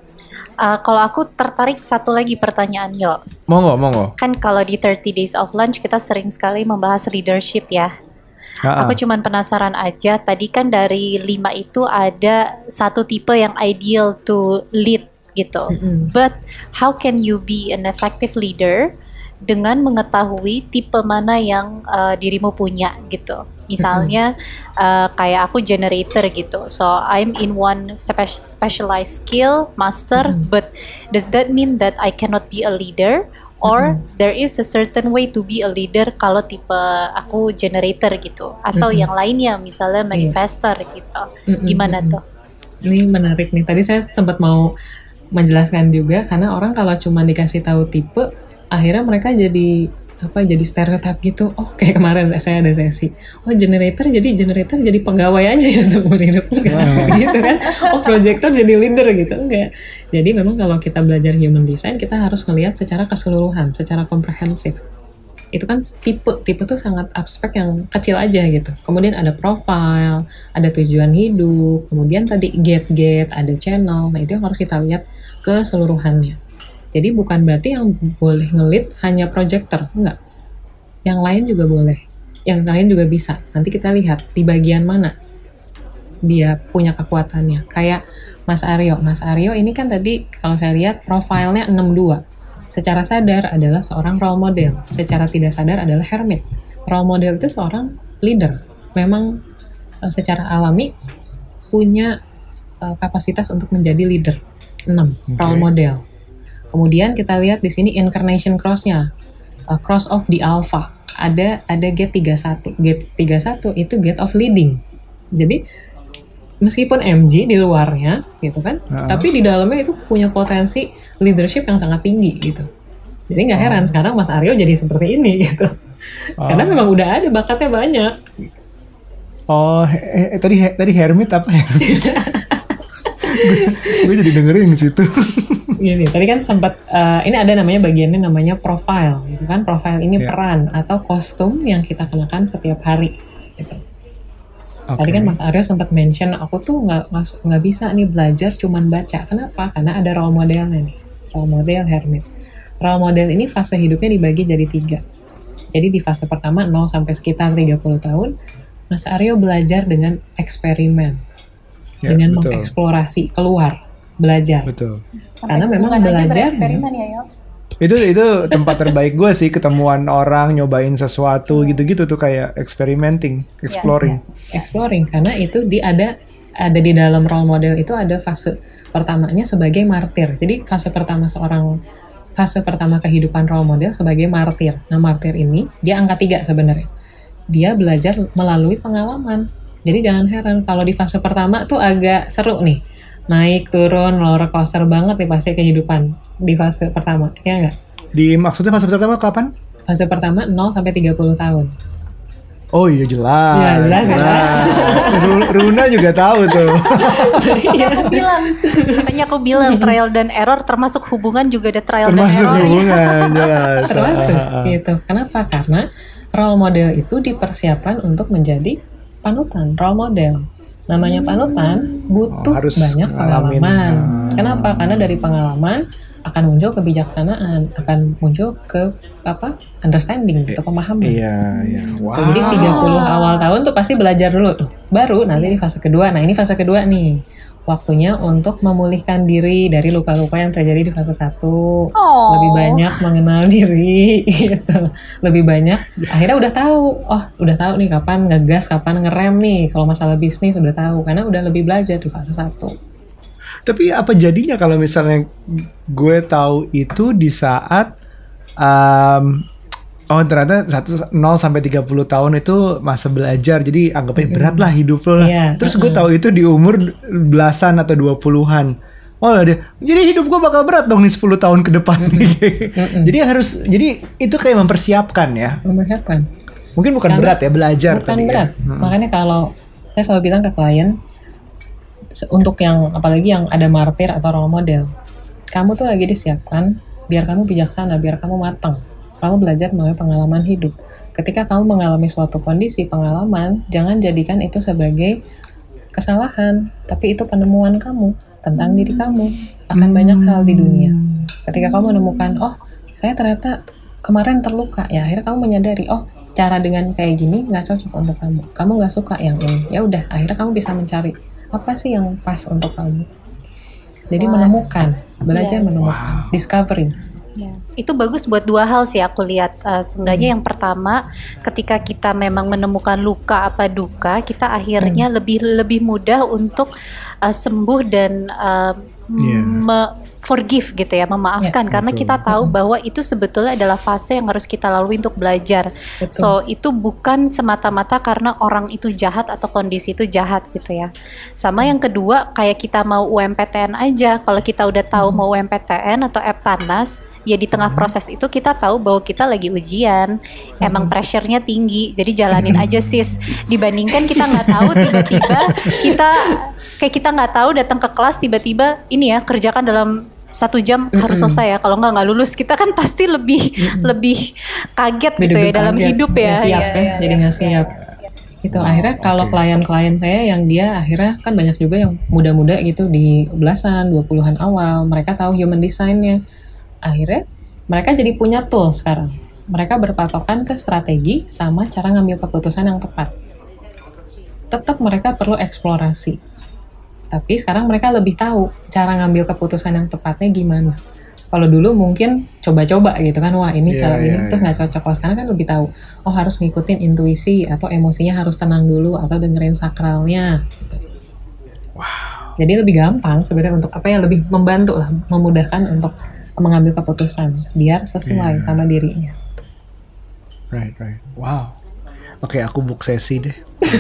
Uh, kalau aku tertarik satu lagi pertanyaan Yo. Monggo monggo. Kan kalau di thirty days of lunch kita sering sekali membahas leadership ya. Ha-ha. Aku cuman penasaran aja, tadi kan dari lima itu ada satu tipe yang ideal to lead gitu. Mm-hmm. But how can you be an effective leader dengan mengetahui tipe mana yang uh, dirimu punya gitu. Misalnya mm-hmm. uh, kayak aku generator gitu. So I'm in one spe- specialized skill, master, mm-hmm. but does that mean that I cannot be a leader? Or mm-hmm. there is a certain way to be a leader kalau tipe aku generator gitu, atau mm-hmm. yang lainnya misalnya manifestor yeah. gitu. Mm-hmm. Gimana tuh? Ini menarik nih. Tadi saya sempat mau menjelaskan juga, karena orang kalau cuma dikasih tahu tipe, akhirnya mereka jadi apa? Jadi stereotip gitu. Oh kayak kemarin saya ada sesi. Oh generator jadi generator jadi pegawai aja ya seumur hidup, enggak gitu kan? Oh projector jadi leader gitu, enggak. Jadi memang kalau kita belajar human design, kita harus melihat secara keseluruhan, secara komprehensif. itu kan tipe, tipe tuh sangat abstrak yang kecil aja gitu. Kemudian ada profile, ada tujuan hidup, kemudian tadi get-get, ada channel. Nah itu yang harus kita lihat keseluruhannya. Jadi bukan berarti yang boleh ngelit hanya projector, enggak. Yang lain juga boleh, yang lain juga bisa. Nanti kita lihat di bagian mana dia punya kekuatannya. Kayak Mas Aryo, Mas Aryo ini kan tadi kalau saya lihat profilnya enam dua. Secara sadar adalah seorang role model, secara tidak sadar adalah hermit. Role model itu seorang leader, memang uh, secara alami punya uh, kapasitas untuk menjadi leader. enam, okay. Role model. Kemudian kita lihat di sini incarnation cross-nya, uh, cross of the alpha. Ada ada gate tiga puluh satu. Gate tiga puluh satu itu gate of leading. Jadi meskipun M G di luarnya gitu kan, uh-huh. tapi di dalamnya itu punya potensi leadership yang sangat tinggi gitu. Jadi nggak heran oh. sekarang Mas Aryo jadi seperti ini gitu. Oh. Karena memang udah ada bakatnya banyak. Oh, eh, eh, tadi tadi hermit apa ya? Gue jadi dengerin di situ. Gini, tadi kan sempat uh, ini ada namanya bagiannya namanya profile gitu kan. Profile ini yeah. peran atau kostum yang kita kenakan setiap hari gitu. Okay. Tadi kan Mas Aryo sempat mention aku tuh nggak nggak bisa nih belajar cuman baca. Kenapa? Karena ada role modelnya nih. Role model hermit. Role model ini fase hidupnya dibagi jadi tiga. Jadi di fase pertama nol sampai sekitar tiga puluh tahun, Mas Aryo belajar dengan eksperimen. Ya, dengan betul. Mengeksplorasi, keluar, belajar. Betul. Sampai karena memang belajar eksperimen ya, Yo. Itu itu tempat terbaik gue sih, ketemuan orang, nyobain sesuatu gitu-gitu tuh kayak experimenting, exploring. Ya, ya. Exploring karena itu di ada ada di dalam role model itu ada fase pertamanya sebagai martir. Jadi fase pertama seorang fase pertama kehidupan role model sebagai martir. Nah, martir ini dia angka tiga sebenarnya. Dia belajar melalui pengalaman. Jadi jangan heran kalau di fase pertama tuh agak seru nih. Naik turun roller coaster banget nih pasti kehidupan di fase pertama, ya enggak? Di maksudnya fase pertama kapan? Fase pertama nol sampai tiga puluh tahun. Oh iya jelas. Iya jelas, jelas. Runa juga tahu tuh. Aku bilang, makanya aku bilang trial dan error termasuk hubungan juga ada trial termasuk dan error. Termasuk hubungan, jelas. Termasuk, gitu. Kenapa? Karena role model itu dipersiapkan untuk menjadi panutan, role model. Namanya panutan butuh oh, banyak pengalaman. Ngalamin. Kenapa? Karena dari pengalaman akan muncul kebijaksanaan, akan muncul ke apa? Understanding atau pemahaman. Iya, iya. Wow. Jadi tiga puluh awal tahun tuh pasti belajar dulu tuh. Baru nanti di fase kedua. Nah, ini fase kedua nih. Waktunya untuk memulihkan diri dari luka-luka yang terjadi di fase satu. Oh. Lebih banyak mengenal diri gitu. Lebih banyak akhirnya udah tahu. Oh, udah tahu nih kapan ngegas, kapan ngerem nih. Kalau masalah bisnis udah tahu karena udah lebih belajar di fase satu. Tapi apa jadinya kalau misalnya gue tahu itu di saat um, oh ternyata satu nol sampai tiga puluh tahun itu masa belajar, jadi anggapnya berat lah hidup lo lah. Yeah. Terus gue tahu itu di umur belasan atau dua puluhan. Oh dia, jadi hidup gue bakal berat dong nih sepuluh tahun ke depan. Jadi harus, jadi itu kayak mempersiapkan ya. Mempersiapkan. Mungkin bukan Karena, berat ya belajar. Bukan tadi berat. Ya. Makanya kalau saya selalu bilang ke klien, untuk yang apalagi yang ada martir atau role model, kamu tuh lagi disiapkan biar kamu bijaksana, biar kamu matang. Kamu belajar melalui pengalaman hidup. Ketika kamu mengalami suatu kondisi pengalaman, jangan jadikan itu sebagai kesalahan, tapi itu penemuan kamu tentang diri kamu. Akan banyak hal di dunia. Ketika kamu menemukan, oh saya ternyata kemarin terluka, ya akhirnya kamu menyadari, oh cara dengan kayak gini nggak cocok untuk kamu. Kamu nggak suka yang ini. Ya udah, akhirnya kamu bisa mencari apa sih yang pas untuk kamu. Jadi wow. menemukan, belajar yeah. menemukan, wow. discovering. Ya. Itu bagus buat dua hal sih aku lihat. Uh, seenggaknya hmm. yang pertama, ketika kita memang menemukan luka apa duka, kita akhirnya hmm. lebih lebih mudah untuk uh, sembuh dan uh, yeah. me- forgive gitu ya, memaafkan. Yeah, karena betul. Kita tahu bahwa itu sebetulnya adalah fase yang harus kita lalui untuk belajar. Betul. So itu bukan semata-mata karena orang itu jahat atau kondisi itu jahat gitu ya. Sama yang kedua, kayak kita mau U M P T N aja. Kalau kita udah tahu hmm. mau U M P T N atau Eptanas, ya di tengah proses itu kita tahu bahwa kita lagi ujian, hmm. emang pressure-nya tinggi, jadi jalanin aja sis. Dibandingkan kita nggak tahu tiba-tiba kita kayak kita nggak tahu datang ke kelas tiba-tiba ini ya kerjakan dalam satu jam Mm-mm. harus selesai ya. Kalau nggak nggak lulus kita kan pasti lebih lebih kaget gitu ya Lebih dalam kaget, hidup ya. nggak siap Iya, ya, iya, jadi iya. nggak siap. Itu akhirnya kalau klien-klien saya yang dia akhirnya kan banyak juga yang muda-muda gitu di belasan, dua puluhan awal, mereka tahu human design-nya. Akhirnya mereka jadi punya tool sekarang. Mereka berpatokan ke strategi sama cara ngambil keputusan yang tepat. Tetap mereka perlu eksplorasi. Tapi sekarang mereka lebih tahu cara ngambil keputusan yang tepatnya gimana. Kalau dulu mungkin coba-coba gitu kan, wah ini Iya, cara iya, ini terus iya. nggak cocok. Kalau sekarang kan lebih tahu, oh harus ngikutin intuisi atau emosinya harus tenang dulu atau dengerin sakralnya. Gitu. Wow. Jadi lebih gampang sebenarnya untuk apa ya, lebih membantu lah, memudahkan untuk mengambil keputusan biar sesuai Iya. sama dirinya. Right, right. Wow. Oke, aku book sesi deh.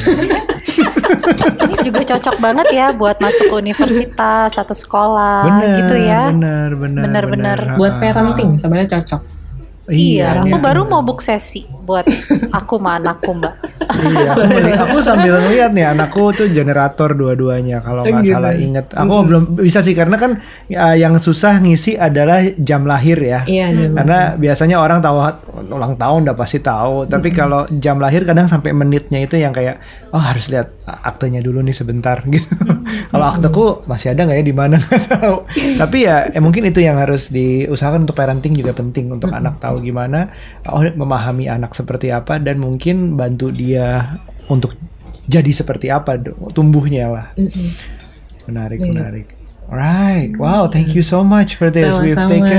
Ini juga cocok banget ya buat masuk ke universitas atau sekolah Benar, gitu ya. benar, benar, Benar-benar. benar. Buat Ah, parenting sebenarnya cocok. Iya, aku iya. baru mau book sesi buat aku sama anakku mbak. Iya, aku, meli- aku sambil ngeliat nih anakku tuh generator dua-duanya kalau nggak Gitu. salah inget. Aku belum bisa sih karena kan ya, yang susah ngisi adalah jam lahir ya. Iya, jam Karena biasanya orang tahu ulang tahun udah pasti tahu, tapi kalau jam lahir kadang sampai menitnya itu yang kayak oh harus lihat aktenya dulu nih sebentar gitu. Kalau akteku masih ada nggak ya di mana nggak tahu. Tapi ya eh, mungkin itu yang harus diusahakan untuk parenting juga penting untuk anak tahu gimana oh memahami anak seperti apa dan mungkin bantu dia untuk jadi seperti apa do- tumbuhnya lah. Mm-mm. Menarik, Iya. menarik. Alright, wow, thank you so much for this. We've Sama-sama. taken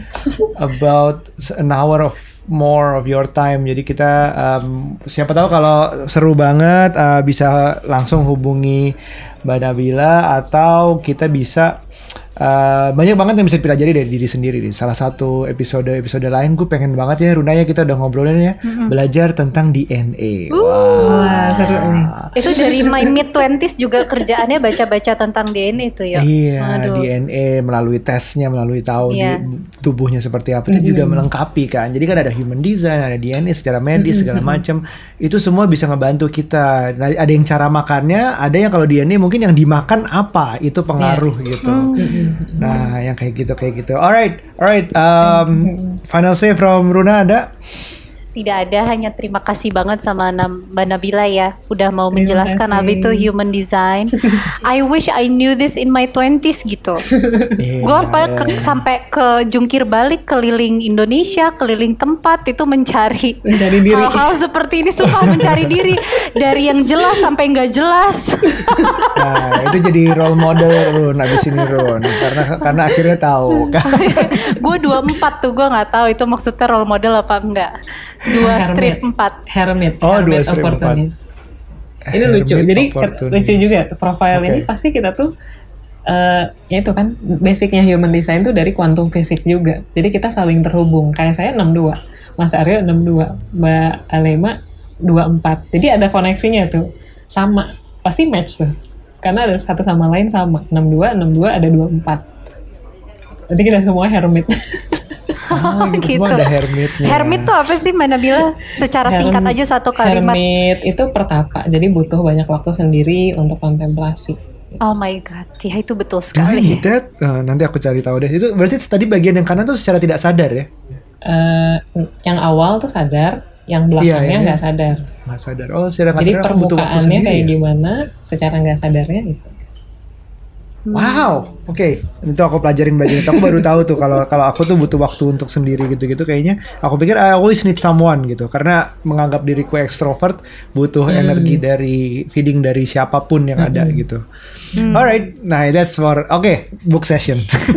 about an hour of more of your time. Jadi kita um, siapa tahu kalau seru banget uh, bisa langsung hubungi Mbak Nabila atau kita bisa uh, banyak banget yang bisa dipelajari dari diri sendiri. Di salah satu episode episode lain gue pengen banget ya Runa ya kita udah ngobrolin ya belajar tentang D N A. Wow. Wah, seru nih. Itu dari my mid twenties juga kerjaannya baca-baca tentang D N A itu ya. Iya, Aduh. D N A melalui tesnya, melalui tahu Iya. di tubuhnya seperti apa itu juga melengkapi kan. Jadi kan ada human design, ada D N A secara medis segala macam. Itu semua bisa ngebantu kita. Nah, ada yang cara makannya, ada yang kalau D N A mungkin yang dimakan apa itu pengaruh gitu. Nah, yang kayak gitu kayak gitu. Alright, alright. Um, final say from Runa ada? Tidak ada, hanya terima kasih banget sama Nam- Mbak Nabila ya udah mau Terima menjelaskan kasih. apa itu human design. I wish I knew this in my twenties gitu. Iya. Gue sampai ke jungkir balik keliling Indonesia, keliling tempat itu mencari Mencari diri. hal-hal seperti ini, sumpah mencari diri dari yang jelas sampai nggak jelas. Nah, itu jadi role model Run abis ini Run karena karena akhirnya tahu kan. Gue dua puluh empat tuh, gue nggak tahu itu maksudnya role model apa enggak. Dua Hermit. strip empat. Hermit, Oh, dua Hermit strip opportunist. Ini Hermit lucu. Jadi ke- opportunist. lucu juga profile Oke. ini pasti kita tuh eh ya itu kan basicnya human design tuh dari quantum physics juga. Jadi kita saling terhubung. Kayak saya enam dua, Mas Aryo enam dua, Mbak Alema dua puluh empat. Jadi ada koneksinya tuh. Sama. Pasti match tuh. Karena ada satu sama lain sama. enam dua, enam dua ada dua puluh empat. Jadi kita semua hermit. Oh, gitu. Semua ada hermitnya. Hermit tuh apa sih Mbak Nabila? Secara singkat Herm- aja satu kalimat. Hermit itu pertapa. Jadi butuh banyak waktu sendiri untuk kontemplasi. Oh my god, ya itu betul Behind sekali. that, eh, nanti aku cari tahu deh. Itu berarti tadi bagian yang kanan tuh secara tidak sadar ya? Eh, yang awal tuh sadar, yang Iya, belakangnya iya. nggak sadar. Nggak sadar. Oh, secara nggak Jadi sadar aku butuh waktu permukaannya sendiri. kayak ya? gimana, secara nggak sadarnya gitu. Wow, oke. Itu aku pelajarin bagian itu. Aku baru tahu tuh kalau kalau aku tuh butuh waktu untuk sendiri gitu-gitu. Kayaknya aku pikir I always need someone gitu. Karena menganggap diriku ekstrovert butuh energi dari feeding dari siapapun yang ada gitu. Alright, nah that's for oke book session.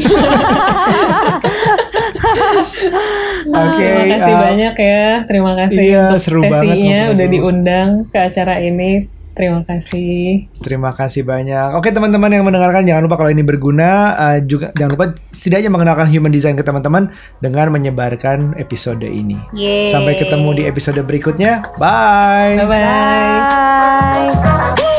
Oke, Terima kasih uh, banyak ya. Terima kasih iya, untuk seru banget sesinya ngobrol. udah diundang ke acara ini. Terima kasih. Terima kasih banyak. Oke teman-teman yang mendengarkan jangan lupa kalau ini berguna uh, juga jangan lupa setidaknya mengenalkan human design ke teman-teman dengan menyebarkan episode ini. Yeay. Sampai ketemu di episode berikutnya. Bye. Bye bye. Bye.